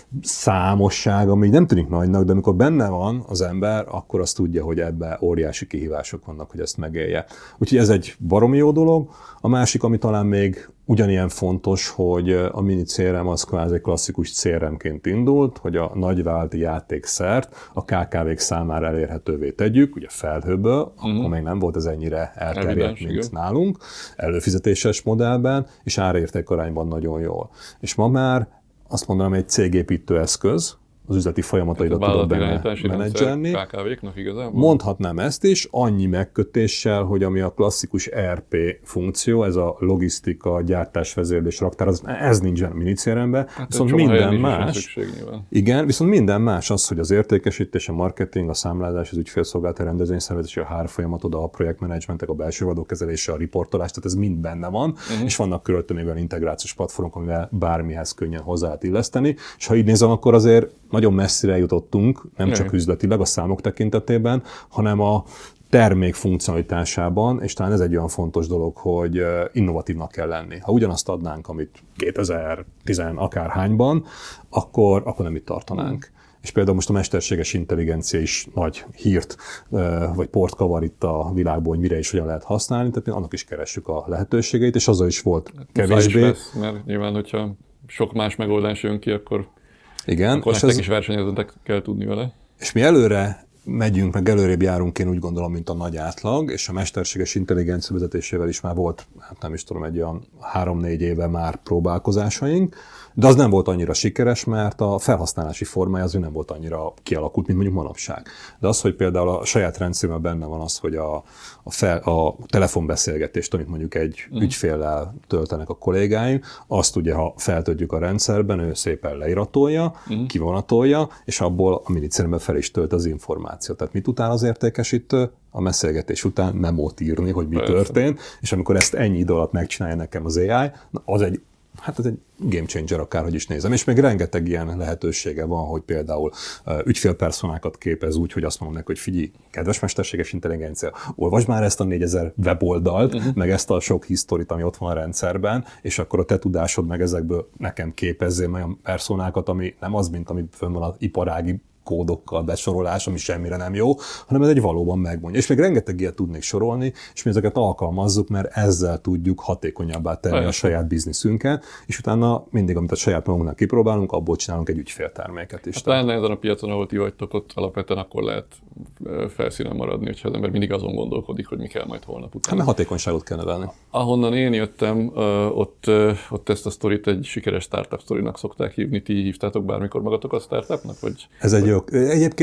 számosság, ami nem tűnik nagynak, de amikor benne van az ember, akkor azt tudja, hogy ebben óriási kihívások vannak, hogy ezt megélje. Úgyhogy ez egy baromi jó dolog. A másik, ami talán még ugyanilyen fontos, hogy a mini cé er em az kvázi egy klasszikus cé er em-ként indult, hogy a nagyvállalati játékszert a ká ká vék számára elérhetővé tegyük, ugye felhőből, uh-huh. akkor még nem volt ez ennyire elterjedt, mint igen. nálunk, előfizetéses modellben, és árérték arányban nagyon jól. És ma már azt mondanám, egy cégépítő eszköz, az üzleti folyamataidat tudod benne menedzselni. ká ká véknak igazából? Mondhatnám ezt is, annyi megkötéssel, hogy ami a klasszikus é er pé funkció, ez a logisztika, gyártásvezérlés, raktár, az, ez nincsen a mini cé er em-ben, hát viszont minden más. Szükség, igen, viszont minden más az, hogy az értékesítés, a marketing, a számlázás, az ügyfélszolgálati rendezvényszervezés, a há er folyamatod, a projektmenedzsmentek, a belső vadókezelése, a riportolás, tehát ez mind benne van, uh-huh. és vannak körülötte még olyan integrációs platformok, amivel bármihez könnyen hozzá lehet illeszteni, és ha így nézem, akkor azért nagyon messzire jutottunk, nem csak üzletileg a számok tekintetében, hanem a termék funkcionalitásában, és talán ez egy olyan fontos dolog, hogy innovatívnak kell lenni. Ha ugyanazt adnánk, amit kétezer-tíz akárhányban, akkor, akkor nem itt tartanánk. Mm. És például most a mesterséges intelligencia is nagy hírt, vagy port kavar itt a világból, hogy mire is hogyan lehet használni, tehát mi annak is keressük a lehetőségeit, és azzal is volt kevésbé. Lesz, mert nyilván, hogyha sok más megoldás jön ki, akkor igen, akkor nektek ez... is versenyezetek kell tudni vele. És mi előre megyünk, meg előrébb járunk, én úgy gondolom, mint a nagy átlag, és a mesterséges intelligencia vezetésével is már volt, hát nem is tudom, egy olyan három-négy éve már próbálkozásaink, de az nem volt annyira sikeres, mert a felhasználási formája az nem volt annyira kialakult, mint mondjuk manapság. De az, hogy például a saját rendszerben benne van az, hogy a, a, fel, a telefonbeszélgetést, amit mondjuk egy mm. ügyféllel töltenek a kollégáim, azt ugye, ha feltöltjük a rendszerben, ő szépen leiratolja, mm. kivonatolja, és abból a minicéremben fel is tölt az információt. Tehát mit utál az értékesítő? A beszélgetés után memót írni, hogy mi Persze. történt, és amikor ezt ennyi idő alatt megcsinálja nekem az á i, az egy Hát ez egy game changer, akárhogy is nézem. És még rengeteg ilyen lehetősége van, hogy például uh, ügyfélpersonákat képez úgy, hogy azt mondom neki, hogy figyelj, kedves mesterséges intelligencia, olvasd már ezt a négyezer weboldalt, uh-huh. meg ezt a sok historit, ami ott van a rendszerben, és akkor a te tudásod meg ezekből nekem képezzél olyan personákat, ami nem az, mint ami fönn van az iparági kódokkal, besorolás, ami semmire nem jó, hanem ez egy valóban megmondja. És még rengeteg ilyet tudnék sorolni, és mi ezeket alkalmazzuk, mert ezzel tudjuk hatékonyabbá tenni Persze. a saját bizniszünket, és utána mindig, amit a saját magunknak kipróbálunk, abból csinálunk egy ügyfélterméket is. Hát lenne ezen a piacon, ahol ti vagytok, ott alapvetően akkor lehet felszínen maradni, hogyha az ember mindig azon gondolkodik, hogy mi kell majd holnap után. Hát mert hatékonyságot kell növelni. Ahonnan én jöttem, ott, ott ezt a sztorit egy sikeres startup sztorinak szokták hívni. Ti hívtátok bármikor magatokat startupnak? Vagy, Ez egy jó. Egyébként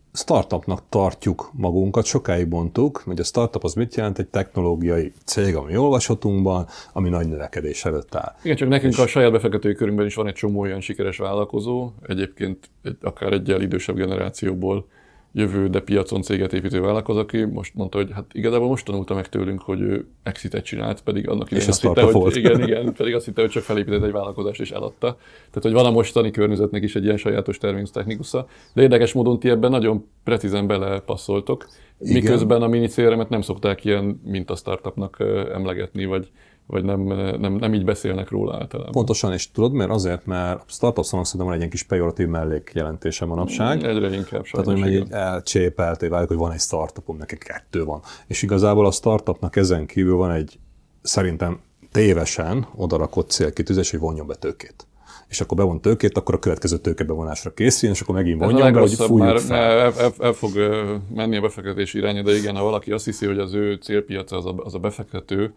startupnak tartjuk magunkat, sokáig mondtuk, hogy a startup az mit jelent? Egy technológiai cég, ami olvasatunkban, ami nagy növekedés előtt áll. Igen, csak nekünk és... a saját befektetői körünkben is van egy csomó olyan sikeres vállalkozó, egyébként egy, akár egyel idősebb generációból jövő, de piacon céget építő vállalkozó, aki most mondta, hogy hát igazából most tanulta meg tőlünk, hogy ő exitet csinált, pedig annak idején azt hitte, hogy igen, igen, pedig azt hitte, hogy csak felépített egy vállalkozást és eladta. Tehát, hogy van a mostani környezetnek is egy ilyen sajátos terminustechnikusza, de érdekes módon ti ebben nagyon precízen belepasszoltok, igen. Miközben a mini cé er em-et nem szokták ilyen mint a startupnak emlegetni, vagy vagy nem, nem, nem így beszélnek róla általában. Pontosan, és tudod, mert azért, mert a startup szóval szerintem van egy ilyen kis pejoratív mellékjelentése manapság. Egyre inkább sajnos. Tehát, hogy meg így elcsépelté válik, hogy van egy startupom, neki kettő van. És igazából a startupnak ezen kívül van egy szerintem tévesen odarakott célkitűzés, hogy vonjon be tőkét. És akkor bevon tőkét, akkor a következő tőkebevonásra készüljön, és akkor megint vonjon be, hogy fújjuk már, fel. El, el, el fog menni a befektetési irány, de igen, ha valaki azt hiszi, hogy az ő célpiaca az a, az a befektető,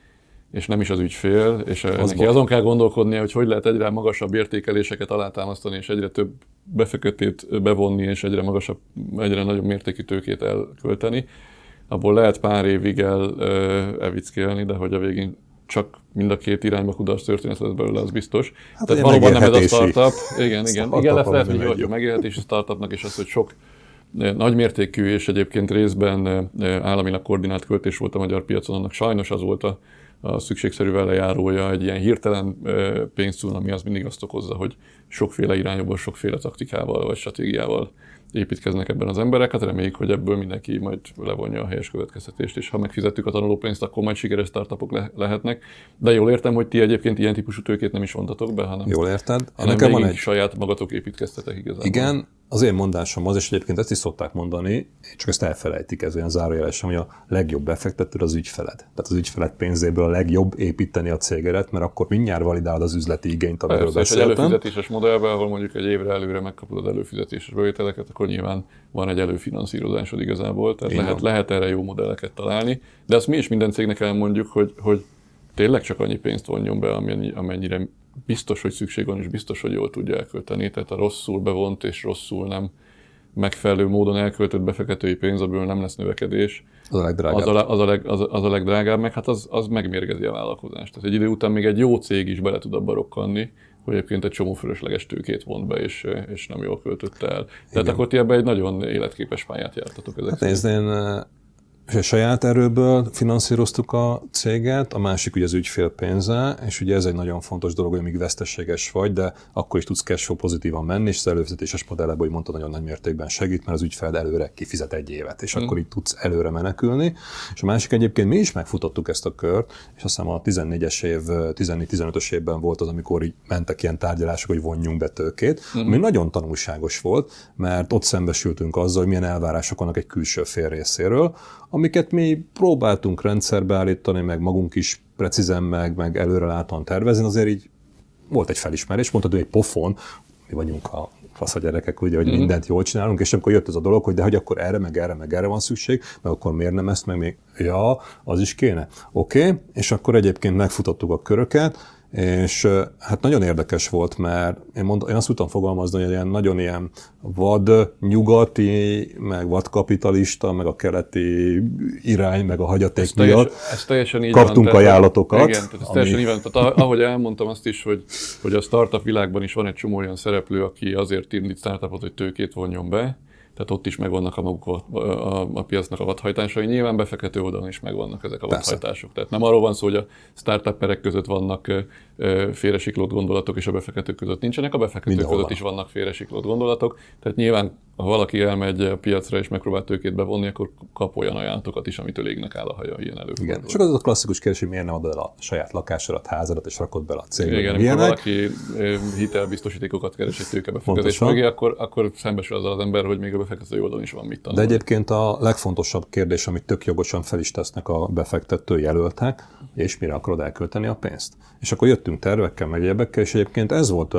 és nem is az ügyfél, és az neki azon kell gondolkodnia, hogy hogy lehet egyre magasabb értékeléseket alátámasztani, és egyre több befektetőt bevonni, és egyre magasabb, egyre nagyobb mértékű tőkét elkölteni. Abból lehet pár évig el, elvickélni, de hogy a végén csak mind a két irányba kudarc történet lesz belőle, az biztos. Hát tehát valóban nem ez a startup. Igen, igen. Igen, lesz lehet, hogy jó megélhetési startupnak, és az, hogy sok nagymértékű és egyébként részben államilag koordinált költés volt a magyar piacon, annak sajnos az volt a a szükségszerű velejárója, egy ilyen hirtelen pénzcunami az mindig azt okozza, hogy sokféle irányból, sokféle taktikával vagy stratégiával építkeznek ebben az emberek. Hát reméljük, hogy ebből mindenki majd levonja a helyes következtetést, és ha megfizettük a tanulópénzt, akkor majd sikeres startupok le- lehetnek. De jól értem, hogy ti egyébként ilyen típusú tőkét nem is vontatok be, hanem, jól érted. hanem nekem van egy saját magatok építkeztetek igazából. Igen, az én mondásom az, és egyébként ezt is szokták mondani, csak ezt elfelejtik, ez olyan zárójelesen, hogy a legjobb befektető az ügyfeled. Tehát az ügyfeled pénzéből a legjobb építeni a cégedet, mert akkor mindjárt validálod az üzleti igényt, amiről beszéltem. Egy előfizetéses modellben, ahol mondjuk egy évre előre megkapod az előfizetéses bevételeket, akkor nyilván van egy előfinanszírozásod igazából, tehát lehet, lehet erre jó modelleket találni, de azt mi is minden cégnek elmondjuk, hogy, hogy tényleg csak annyi pénzt vonjon be, amennyire biztos, hogy szükség van, és biztos, hogy jól tudja elkölteni. Tehát a rosszul bevont és rosszul nem megfelelő módon elköltött befektetői pénz, abból nem lesz növekedés. Az a legdrágább. Az a, az a, leg, az, az a legdrágább, meg hát az, az megmérgezi a vállalkozást. Tehát egy idő után még egy jó cég is bele tud abba rokkanni, hogy egyébként egy csomó fölösleges tőkét vont be, és, és nem jól költött el. Tehát igen. Akkor ti ebben egy nagyon életképes pályát jártatok. Ezek hát nézd, én és a saját erőből finanszíroztuk a céget, a másik ugye az ügyfél pénze, és ugye ez egy nagyon fontos dolog, hogy amíg veszteséges vagy, de akkor is tudsz cash flow pozitívan menni, és az előfizetéses modellben, hogy mondtad, nagyon nagy mértékben segít, mert az ügyfél előre kifizet egy évet, és hmm. akkor így tudsz előre menekülni. És a másik egyébként mi is megfutottuk ezt a kört, és azt hiszem a tizennégyes év, tizennégy-tizenötös évben volt az, amikor így mentek ilyen tárgyalások, hogy vonjunk be tőkét, hmm. ami nagyon tanulságos volt, mert ott szembesültünk azzal, hogy milyen elvárások vannak egy külső fél részéről, amiket mi próbáltunk rendszerbe állítani, meg magunk is precízen, meg, meg előrelátóan tervezni, azért így volt egy felismerés, mondtad, hogy egy pofon, mi vagyunk a fasz a gyerekek, ugye, hogy mm-hmm. mindent jól csinálunk, és amikor jött ez a dolog, hogy de hogy akkor erre, meg erre, meg erre van szükség, meg akkor miért nem ezt, meg még, ja, az is kéne. Oké, okay. És akkor egyébként megfutottuk a köröket, és hát nagyon érdekes volt, mert én, mond, én azt tudtam fogalmazni, hogy ilyen, nagyon ilyen vad nyugati, meg vad kapitalista, meg a keleti irány, meg a hagyaték ez miatt teljes, ez teljesen így kaptunk van, ajánlatokat. Igen, tehát ez ami... teljesen így van. Tehát ahogy elmondtam azt is, hogy, hogy a startup világban is van egy csomó olyan szereplő, aki azért indít startupot, hogy tőkét vonjon be. Tehát ott is megvannak a maguk a, a, a piacnak a vadhajtásai. Nyilván befektető oldalon is megvannak ezek a Persze. vadhajtások. Tehát nem arról van szó, hogy a startupperek között vannak félresiklott gondolatok, és a befektetők között nincsenek. A befektetők Mindenhol között is vannak félresiklott gondolatok. Tehát nyilván, ha valaki elmegy a piacra és megpróbál tőkét bevonni, akkor kap olyan ajánlatokat is, amitől égnek áll a haja, ilyen előfordul. Igen. Csak az a klasszikus kérdés, hogy miért nem adod el a saját lakásodat, házadat, és rakod bele a cégbe. Igen, amikor valaki hitelbiztosítékokat keres egy tőkebefektetés mögé, akkor, akkor szembesül azzal az ember, hogy még a befektető oldalon is van mit tanulni. De egyébként a legfontosabb kérdés, amit tök jogosan fel is tesznek a befektető jelöltek, és mire akarod elkölteni a pénzt. És akkor jöttünk tervekkel, meg egyebekkel, és egyébként ez volt a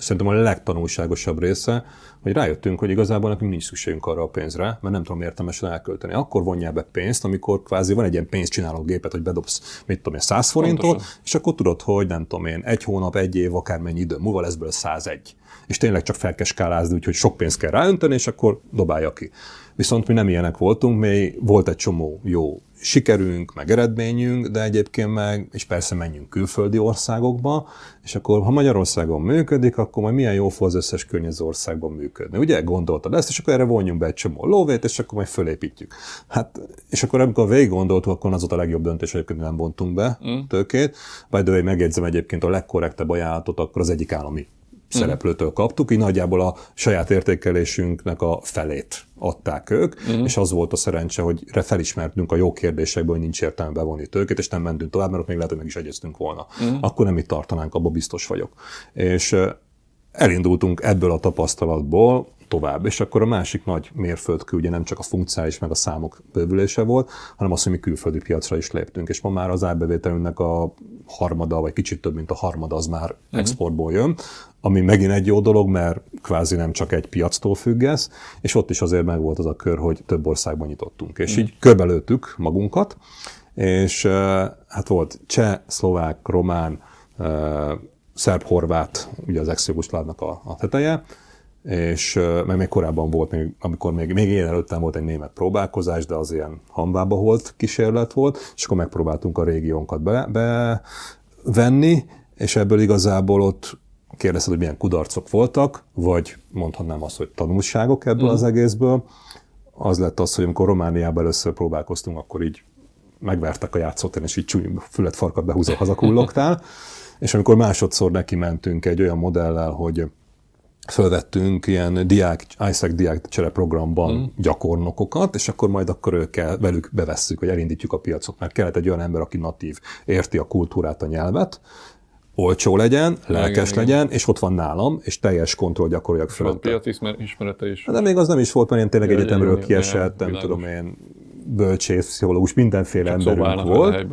szerintem a legtanulságosabb része, hogy rájöttünk, hogy igazából nekünk nincs szükségünk arra a pénzre, mert nem tudom értelmesen elkölteni. Akkor vonjál be pénzt, amikor kvázi van egy ilyen pénzcsináló gépet, hogy bedobsz, mit tudom én, száz forintot, pontosan. És akkor tudod, hogy nem tudom én, egy hónap, egy év, akármennyi idő múlva lesz belőle százegy. És tényleg csak fel kell skálázni, úgyhogy sok pénzt kell ráönteni, és akkor dobálja ki. Viszont mi nem ilyenek voltunk, mi volt egy csomó jó sikerünk, meg eredményünk, de egyébként meg, és persze menjünk külföldi országokba, és akkor, ha Magyarországon működik, akkor majd milyen jó fog az összes környező országban működni. Ugye gondoltad ezt, és akkor erre vonjunk be egy csomó lóvét, és akkor majd fölépítjük. Hát, és akkor amikor végig gondoltuk, akkor az volt a legjobb döntés, hogy nem vontunk be mm. tőkét. By the way, megjegyzem egyébként a legkorrektebb ajánlatot, akkor az egyik állami szereplőtől kaptuk, így nagyjából a saját értékelésünknek a felét adták ők, uh-huh. és az volt a szerencse, hogy felismertünk a jó kérdésekből, hogy nincs értelme bevonni tőkét, és nem mentünk tovább, mert ott még lehet, hogy meg is egyeztünk volna. Uh-huh. Akkor nem itt tartanánk, abban biztos vagyok. És elindultunk ebből a tapasztalatból tovább, és akkor a másik nagy mérföldkő ugye nem csak a funkcionális meg a számok bővülése volt, hanem az, hogy mi külföldi piacra is léptünk, és ma már az árbevételünknek a harmada, vagy kicsit több, mint a harmada az már uh-huh. exportból jön, ami megint egy jó dolog, mert kvázi nem csak egy piactól függ ez, és ott is azért megvolt az a kör, hogy több országban nyitottunk, és uh-huh. így körbelőttük magunkat, és hát volt cseh, szlovák, román, szerb-horvát, ugye az ex-jugoszlávnak a, a teteje, és meg még korábban volt, még, amikor még, még én előttem volt egy német próbálkozás, de az ilyen hambába holt kísérlet volt, és akkor megpróbáltunk a régiónkat bevenni, be és ebből igazából ott kérdezted, hogy milyen kudarcok voltak, vagy mondhatnám azt, hogy tanulságok ebből mm. az egészből. Az lett az, hogy amikor Romániában először próbálkoztunk, akkor így megvertek a játszótéren, és így csúny fület farkat behúzva hazakullogtál. És amikor másodszor neki mentünk egy olyan modellel, hogy fölvettünk ilyen diák, i szek diák csereprogramban mm. gyakornokokat, és akkor majd akkor őkkel, velük bevesszük, hogy elindítjuk a piacot, mert kellett egy olyan ember, aki natív, érti a kultúrát, a nyelvet, olcsó legyen, lelkes igen, legyen, igen. és ott van nálam, és teljes kontroll gyakoroljak fölötte. Van piac ismerete is. De még az nem is volt, mert én tényleg ja, egyetemről kiesett, nem világos. Tudom én, bölcsész, pszichológus, mindenféle csak emberünk volt.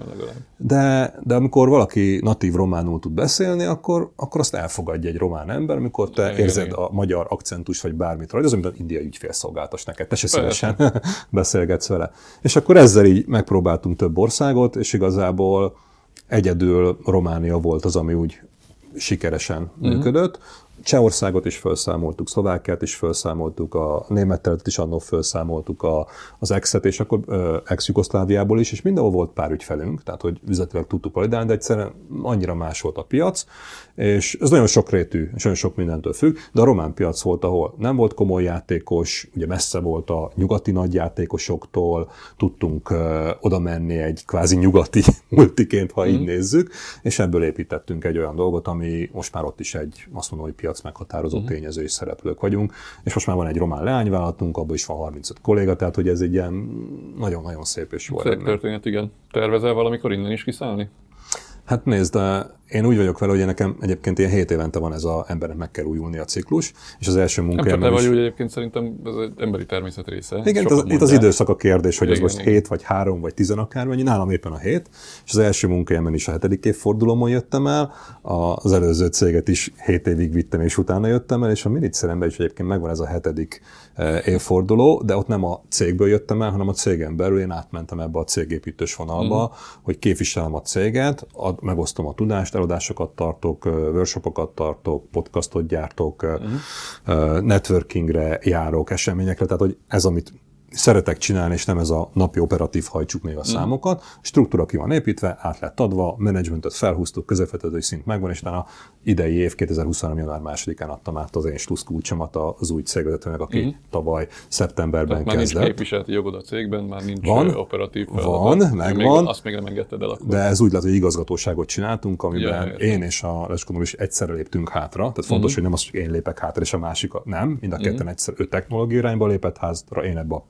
De, de amikor valaki natív románul tud beszélni, akkor, akkor azt elfogadja egy román ember, amikor te igen, érzed igen. a magyar akcentus, vagy bármit rajta, az, mint az indiai ügyfélszolgáltas neked, te se szívesen beszélgetsz vele. És akkor ezzel így megpróbáltunk több országot, és igazából egyedül Románia volt az, ami úgy sikeresen uh-huh. működött. Csehországot is felszámoltuk, Szlovákiát is felszámoltuk, a németet is annól felszámoltuk, a, az ex-et, és akkor ex-Jugoszláviából is, és mindenhol volt pár ügyfelünk, tehát hogy üzletileg tudtuk validálni, de egyszerűen annyira más volt a piac, és ez nagyon sokrétű, és nagyon sok mindentől függ, de a román piac volt, ahol nem volt komoly játékos, ugye messze volt a nyugati nagyjátékosoktól, tudtunk uh, oda menni egy kvázi nyugati multiként, ha mm. így nézzük, és ebből építettünk egy olyan dolgot, ami most már ott is egy, azt mondom, hogy piac meghatározó mm. tényező és szereplők vagyunk, és most már van egy román leányvállalatunk, abban is van harmincöt kolléga, tehát hogy ez egy ilyen nagyon-nagyon szép és jó. Szép történet, igen. Tervezel valamikor innen is kiszállni? Hát nézd, de én úgy vagyok vele, hogy nekem egyébként ilyen hét évente van ez az embernek meg kell újulni a ciklus, és az első munkájában nem is... Nem vagy úgy egyébként, szerintem ez az emberi természet része. Igen, az, itt az időszak a kérdés, hogy igen, ez most hét, vagy három, vagy tizen akármennyi, nálam éppen a hét, és az első munkájában is a hetedik évfordulómon jöttem el, az előző céget is hét évig vittem, és utána jöttem el, és a Miniszeremben is egyébként megvan ez a hetedik évforduló, de ott nem a cégből jöttem el, hanem a cégen belül én átmentem ebbe a cégépítős vonalba, mm. hogy képviselem a céget, ad, megosztom a tudást, eladásokat tartok, workshopokat tartok, podcastot gyártok, uh-huh. networkingre járok, eseményekre, tehát hogy ez, amit szeretek csinálni, és nem ez a napi operatív hajtsuk még a számokat. Struktúra ki van építve, át lett adva, menedzsmentet felhúztuk, közvetítői szint megvan, és utána idei év kétezer-huszonhárom. január másodikán adtam át az én sluszkulcsomat az új cégvezetőnek, aki uh-huh. tavaly szeptemberben tehát kezdett. Már nincs képviseleti jogod a cégben, már nincs van, operatív feladat. Van, megvan. Azt még nem engedted el akkor. De ez úgy lett, hogy igazgatóságot csináltunk, amiben ja, én és a Leskonom is egyszerre léptünk hátra. Tehát fontos, uh-huh. hogy nem az, hogy én lépek hátra, és a másik nem. Mind a ketten uh-huh. egyszer ő technológiai irányba lépett hátra, én ebbe a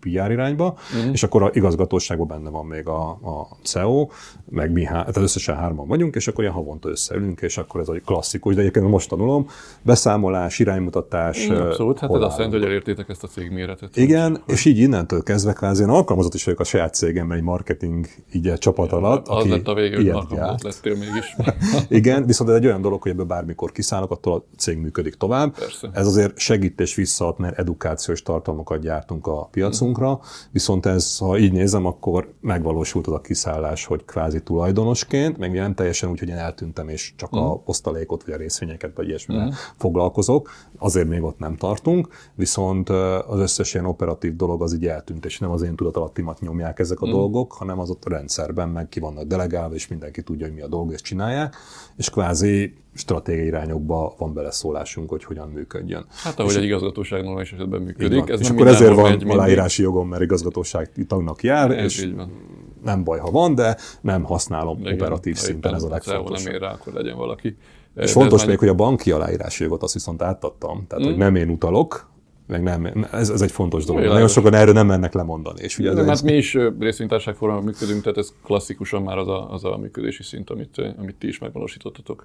pé er irányba, uh-huh. és akkor a igazgatóságban benne van még a, a cé e o, meg mi, há- tehát összesen hárman vagyunk, és akkor ilyen havonta összeülünk, és akkor ez a klasszikus, de egyébként most tanulom, beszámolás, iránymutatás. Abszolút, hát ez azt jelenti, hogy elértétek ezt a cégméretet. Igen, hogy... és így innentől kezdve kvázi én alkalmazott is vagyok a saját cégemben egy marketing így csapat alatt. Az aki lett a végül, hogy alkalmazott lettél mégis. Igen, viszont ez egy olyan dolog, hogy ebből bármikor kiszállok, attól a cég működik tovább. Persze. Ez azért segít és visszaad, mert edukációs tartalmakat gyártunk a piacunkra, mm. viszont ez, ha így nézem, akkor megvalósult az a kiszállás, hogy kvázi tulajdonosként, meg nem teljesen úgy, hogy én eltűntem, és csak mm. a osztalékot, vagy a részvényeket, vagy ilyesmivel mm. foglalkozok, azért még ott nem tartunk, viszont az összes ilyen operatív dolog az így eltűnt, és nem az én tudatalattimat nyomják ezek a mm. dolgok, hanem az ott a rendszerben meg ki vannak delegálva, és mindenki tudja, hogy mi a dolog, és csinálják, és kvázi stratégiai irányokba van beleszólásunk, hogy hogyan működjön. Hát ahogy és egy igazgatóság normális esetben működik. Ez és akkor ezért van aláírási jogom, mert igazgatóság tagnak jár, ez és nem baj, ha van, de nem használom igen, operatív szinten, ez a legfontosabb. Nem ér rá, akkor legyen valaki. És de fontos még, már... hogy a banki aláírási jogot azt viszont átadtam, tehát mm. hogy nem én utalok, meg nem, ez, ez egy fontos dolog. Nagyon sokan erről nem mennek lemondani. És ugye nem, hát mi is részvénytársaság formában működünk, tehát ez klasszikusan már az a, az a működési szint, amit, amit ti is megvalósítottatok.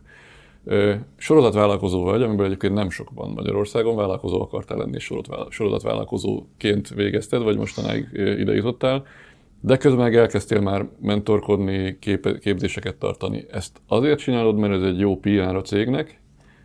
Sorozatvállalkozó vagy, amiből egyébként nem sok van Magyarországon, vállalkozó akartál lenni, és sorozatvállalkozóként végezted, vagy mostanáig ide jutottál, de közben meg elkezdtél már mentorkodni, kép, képzéseket tartani. Ezt azért csinálod, mert ez egy jó pé er a cégnek,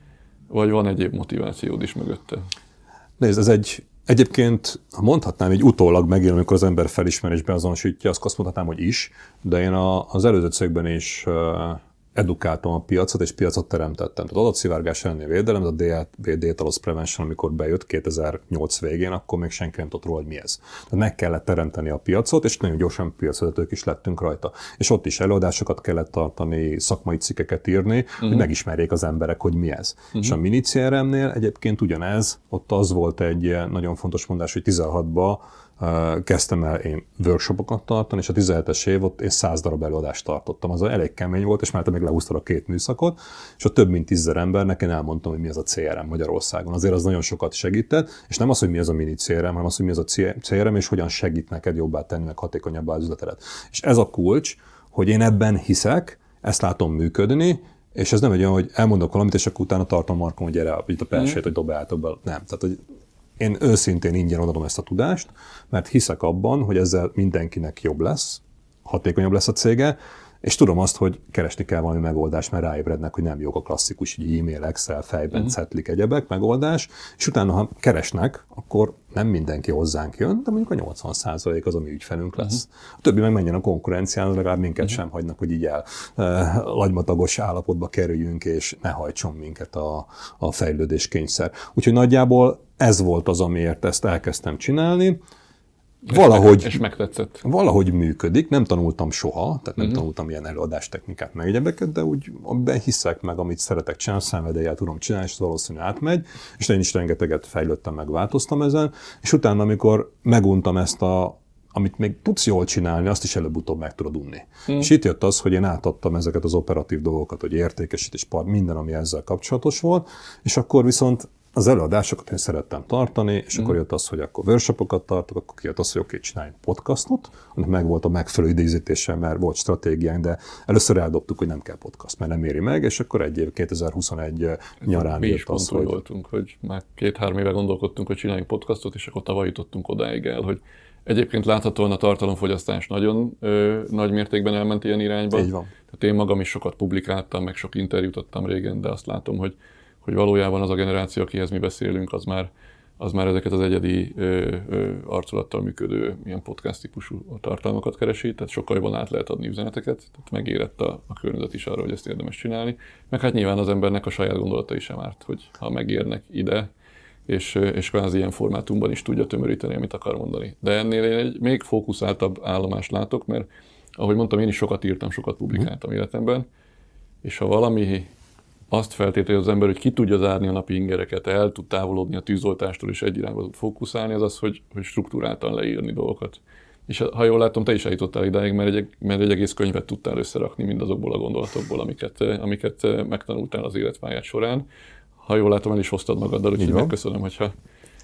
vagy van egyéb motivációd is mögötte? Nézd, ez egy, egyébként, ha mondhatnám, így utólag megint, amikor az ember felismer és beazonosítja, azt mondhatnám, hogy is, de én a, az előző cégben is edukáltam a piacot, és piacot teremtettem. Tehát adatszivárgás elleni védelem, ez a Data Loss Prevention, amikor bejött kétezer-nyolc végén, akkor még senki nem tudott róla, hogy mi ez. Tehát meg kellett teremteni a piacot, és nagyon gyorsan piacvezetők is lettünk rajta. És ott is előadásokat kellett tartani, szakmai cikkeket írni, uh-huh. hogy megismerjék az emberek, hogy mi ez. Uh-huh. És a mini cé er em-nél egyébként ugyanez, ott az volt egy nagyon fontos mondás, hogy tizenhatban Uh, kezdtem el én workshopokat tartani, és a tizenhetes év ott én száz darab előadást tartottam. Az elég kemény volt, és már te még lehúztad a két műszakot, és a több mint tízezer embernek én elmondtam, hogy mi az a cé er em Magyarországon. Azért az nagyon sokat segített, és nem az, hogy mi az a mini cé er em, hanem az, hogy mi az a cé er em, és hogyan segít neked jobbá tenni, meg hatékonyabbá az üzletedet. És ez a kulcs, hogy én ebben hiszek, ezt látom működni, és ez nem egy olyan, hogy elmondok valamit, és akkor utána tartom markom, hogy gyere, itt a persét, hogy dobáljátok be. Nem. Tehát, hogy én őszintén ingyen odaadom ezt a tudást, mert hiszek abban, hogy ezzel mindenkinek jobb lesz, hatékonyabb lesz a cége, és tudom azt, hogy keresni kell valami megoldást, mert ráébrednek, hogy nem jók a klasszikus e-mail, Excel, fejben, uh-huh. cetlik, egyebek, megoldás, és utána, ha keresnek, akkor nem mindenki hozzánk jön, de mondjuk a nyolcvan százalék az a mi ügyfelünk lesz. Uh-huh. A többi meg menjen a konkurencián, legalább minket uh-huh. sem hagynak, hogy így el uh, lagymatagos állapotba kerüljünk, és ne hajtson minket a, a fejlődés kényszer. Úgyhogy nagyjából ez volt az, amiért ezt elkezdtem csinálni. Valahogy, és megtetszett. Valahogy működik, nem tanultam soha, tehát nem uh-huh. tanultam ilyen előadástechnikát, meg egyebeket, de úgy abban hiszek meg, amit szeretek csinálni, szenvedéllyel tudom csinálni, és valószínűleg átmegy, és én is rengeteget fejlődtem, meg változtam ezen, és utána, amikor meguntam ezt a, amit még tudsz jól csinálni, azt is előbb-utóbb meg tudod unni. Uh-huh. És itt jött az, hogy én átadtam ezeket az operatív dolgokat, hogy értékesítés, minden, ami ezzel kapcsolatos volt, és akkor viszont az előadásokat én szerettem tartani, és mm. akkor jött az, hogy akkor workshopokat tartok, akkor jött az, hogy oké, csináljunk podcastot, annak meg volt a megfelelő időzítése, mert volt stratégiánk, de először eldobtuk, hogy nem kell podcast, mert nem éri meg, és akkor egy év kétezer-huszonegy nyarán jött az, hogy... voltunk, hogy már két-három éve gondolkodtunk, hogy csináljunk podcastot, és akkor tavaly jutottunk odáig el, hogy egyébként láthatóan a tartalomfogyasztás nagyon ö, nagy mértékben elment ilyen irányba. Így van. Tehát én magam is sokat publikáltam, meg sok interjút adtam régen, de azt látom, hogy hogy valójában az a generáció, akihez mi beszélünk, az már, az már ezeket az egyedi ö, ö, arculattal működő ilyen podcast típusú tartalmakat keresi, tehát sokkal jobban át lehet adni üzeneteket, tehát megérett a, a környezet is arra, hogy ezt érdemes csinálni. Meg hát nyilván az embernek a saját gondolatai sem árt, hogy ha megérnek ide, és, és kvázi ilyen formátumban is tudja tömöríteni, amit akar mondani. De ennél én egy még fókuszáltabb állomást látok, mert ahogy mondtam, én is sokat írtam, sokat publikáltam életemben, és ha valami azt feltételezi az ember, hogy ki tudja zárni a napi ingereket, el tud távolodni a tűzoltástól, és egy irányba tud fókuszálni, az az, hogy, hogy struktúráltan leírni dolgokat. És ha jól látom, te is eljutottál idáig, mert egy, mert egy egész könyvet tudtál összerakni mindazokból a gondolatokból, amiket, amiket megtanultál az életpályád során. Ha jól látom, el is hoztad magaddal, úgyhogy megköszönöm, hogyha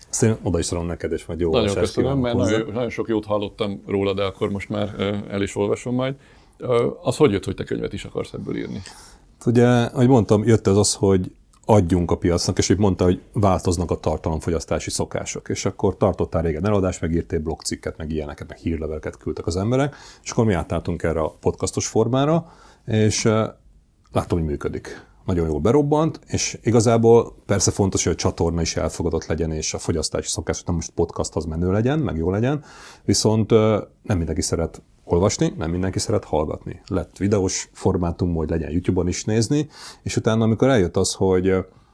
Szerintem oda is szorom neked, és majd jó nagyon olvasást köszönöm, mert hozzá. nagyon, nagyon sok jót hallottam róla, de akkor most már el is olvasom majd. Az hogy jött, hogy te könyvet is akarsz ebből írni? Ugye, ahogy mondtam, jött ez az, hogy adjunk a piacnak, és így mondta, hogy változnak a tartalomfogyasztási szokások. És akkor tartottál régen eladást, megírtél blogcikket, meg ilyeneket, meg hírleveleket küldtek az emberek, és akkor mi átálltunk erre a podcastos formára, és láttam, hogy működik. Nagyon jól berobbant, és igazából persze fontos, hogy a csatorna is elfogadott legyen, és a fogyasztási szokás, nem most podcast az menő legyen, meg jó legyen, viszont nem mindenki szeret olvasni, nem mindenki szeret hallgatni. Lett videós formátum, hogy legyen YouTube-on is nézni, és utána, amikor eljött az, hogy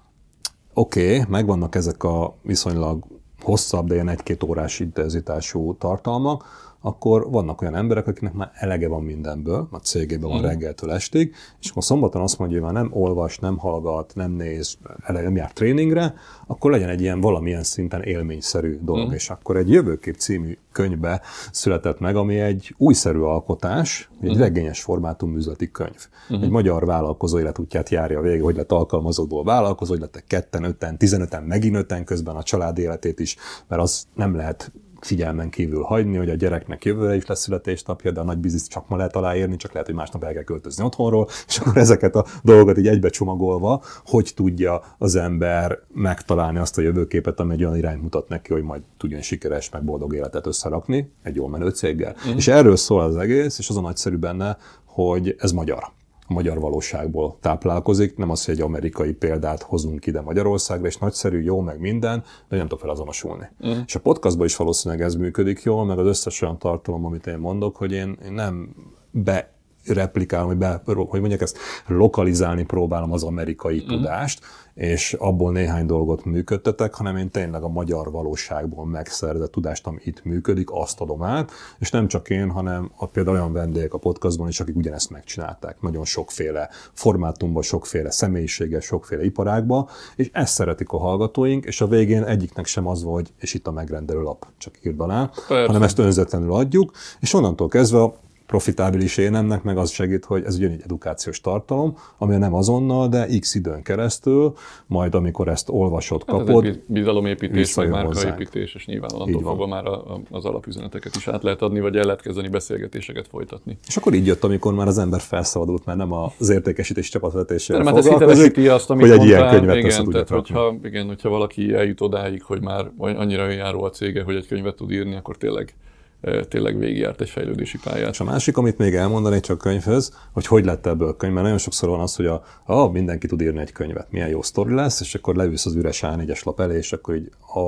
oké, okay, megvannak ezek a viszonylag hosszabb, de ilyen egy-két órás intenzitású tartalmak, akkor vannak olyan emberek, akiknek már elege van mindenből, a cégében van mm. reggeltől estig, és akkor szombaton azt mondja, hogy már nem olvas, nem hallgat, nem néz, nem jár tréningre, akkor legyen egy ilyen valamilyen szinten élményszerű dolog. Mm. És akkor egy Jövőkép című könyvbe született meg, ami egy újszerű alkotás, egy mm. regényes formátum üzleti könyv. Mm. Egy magyar vállalkozó életútját járja végig, hogy lett alkalmazottból vállalkozó, hogy lettek ketten, öten, tizenöten, megint öten, közben a család életét is, mert az nem lehet figyelmen kívül hagyni, hogy a gyereknek jövőre is lesz születésnapja, de a nagy bizniszt csak ma lehet aláírni, csak lehet, hogy másnap el kell költözni otthonról, és akkor ezeket a dolgokat így egybe csomagolva, hogy tudja az ember megtalálni azt a jövőképet, ami egy olyan irányt mutat neki, hogy majd tudjon sikeres, meg boldog életet összerakni egy jól menő céggel. Mm. És erről szól az egész, és az a nagyszerű benne, hogy ez magyar. A magyar valóságból táplálkozik, nem az, hogy egy amerikai példát hozunk ide Magyarországra, és nagyszerű, jó, meg minden, de nem tudok fel azonosulni. Mm. És a podcastban is valószínűleg ez működik jól, meg az összes olyan tartalom, amit én mondok, hogy én, én nem be replikálom, hogy, be, hogy mondják ezt, lokalizálni próbálom az amerikai mm. tudást, és abból néhány dolgot működtetek, hanem én tényleg a magyar valóságból megszerzett tudást, ami itt működik, azt adom át, és nem csak én, hanem a, például olyan vendégek a podcastban is, akik ugyanezt megcsinálták. Nagyon sokféle formátumban, sokféle személyiséggel, sokféle iparágban, és ezt szeretik a hallgatóink, és a végén egyiknek sem az volt, és itt a megrendelő lap, csak írd alá, Persze. hanem ezt önzetlenül adjuk, és onnantól kezdve a profitábilis én ennek, meg az segít, hogy ez ugyanígy edukációs tartalom, ami nem azonnal, de x időn keresztül, majd amikor ezt olvasod, kapod. Hát ez egy bizalomépítés, meg márkaépítés, és nyilván onnantól fogva már a, a, az alapüzeneteket is át lehet adni, vagy el lehet kezdeni beszélgetéseket folytatni. És akkor így jött, amikor már az ember felszabadult, már nem az értékesítés csapatvezetésével foglalkozik, azt, amit hogy egy mondtál, ilyen könyvet igen, össze tudja tehát, hogyha, igen, hogyha valaki eljut odáig, hogy már annyira járó a cége, hogy egy könyvet tud írni, akkor tényleg tényleg végigjárt egy fejlődési pályát. És a másik, amit még elmondani csak könyvhöz, hogy hogy lett ebből a könyv, mert nagyon sokszor van az, hogy a, a, mindenki tud írni egy könyvet, milyen jó sztori lesz, és akkor leülsz az üres á négyes lap elé, és akkor így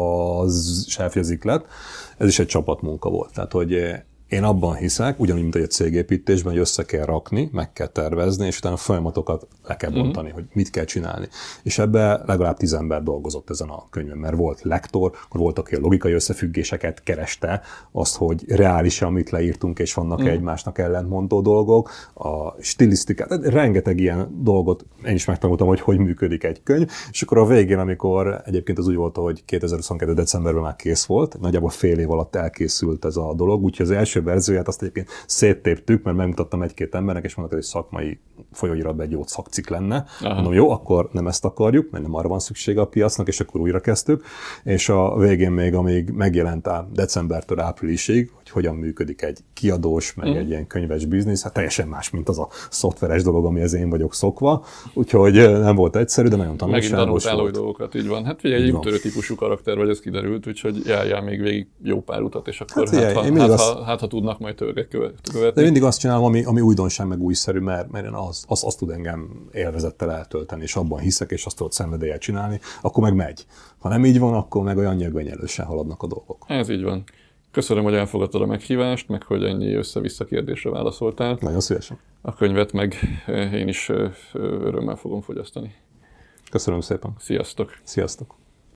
az sávfejezik lett. Ez is egy csapatmunka volt. Tehát, hogy én abban hiszek, ugyanúgy, mint egy cégépítésben, hogy össze kell rakni, meg kell tervezni, és utána a folyamatokat le kell bontani, mm. hogy mit kell csinálni. És ebbe legalább tíz ember dolgozott ezen a könyvön, mert volt lektor, akkor volt, aki a logikai összefüggéseket kereste, azt, hogy reális, amit leírtunk, és vannak mm. egymásnak ellentmondó dolgok, a stilisztikát, rengeteg ilyen dolgot én is megtanultam, hogy hogy működik egy könyv, és akkor a végén, amikor egyébként az úgy volt, hogy kétezer-huszonkettő decemberben már kész volt, nagyjából fél év alatt elkészült ez a dolog, úgyhogy az első verzióját azt egyébként széttéptük, mert megmutattam egy-két embernek, és mondták, hogy szakmai folyóiratban egy jó szakcikk lenne. Aha. Mondom, jó, akkor nem ezt akarjuk, mert nem arra van szüksége a piacnak, és akkor újra kezdtük. És a végén még, amíg megjelent a decembertől áprilisig, hogy hogyan működik egy kiadós, meg mm. egy ilyen könyves biznisz, hát teljesen más, mint az a szoftveres dolog, amihez én vagyok szokva. Úgyhogy nem volt egyszerű, de nagyon tanulságos volt. Megint tanultál új dolgokat, így van. Hát figyelj, egy úttörő típusú karakter vagy, ez kiderült, úgyhogy járjál még végig jó pár utat, és akkor hát, hát, ha, hát, azt... ha, hát, ha tudnak majd törget követni. De mindig azt csinálom, ami, ami újdonság, meg újszerű, mert, mert az, az, az tud engem élvezettel eltölteni, és abban hiszek, és azt tudod szenvedéllyel csinálni, akkor meg megy. Ha nem így van, akkor meg olyan nyögvenyelősen haladnak a dolgok. Ez így van. Köszönöm, hogy elfogadtad a meghívást, meg hogy ennyi össze-vissza kérdésre válaszoltál. Nagyon szívesen. A könyvet meg én is örömmel fogom fogyasztani. Köszönöm szépen. Sziasztok. Sziasztok.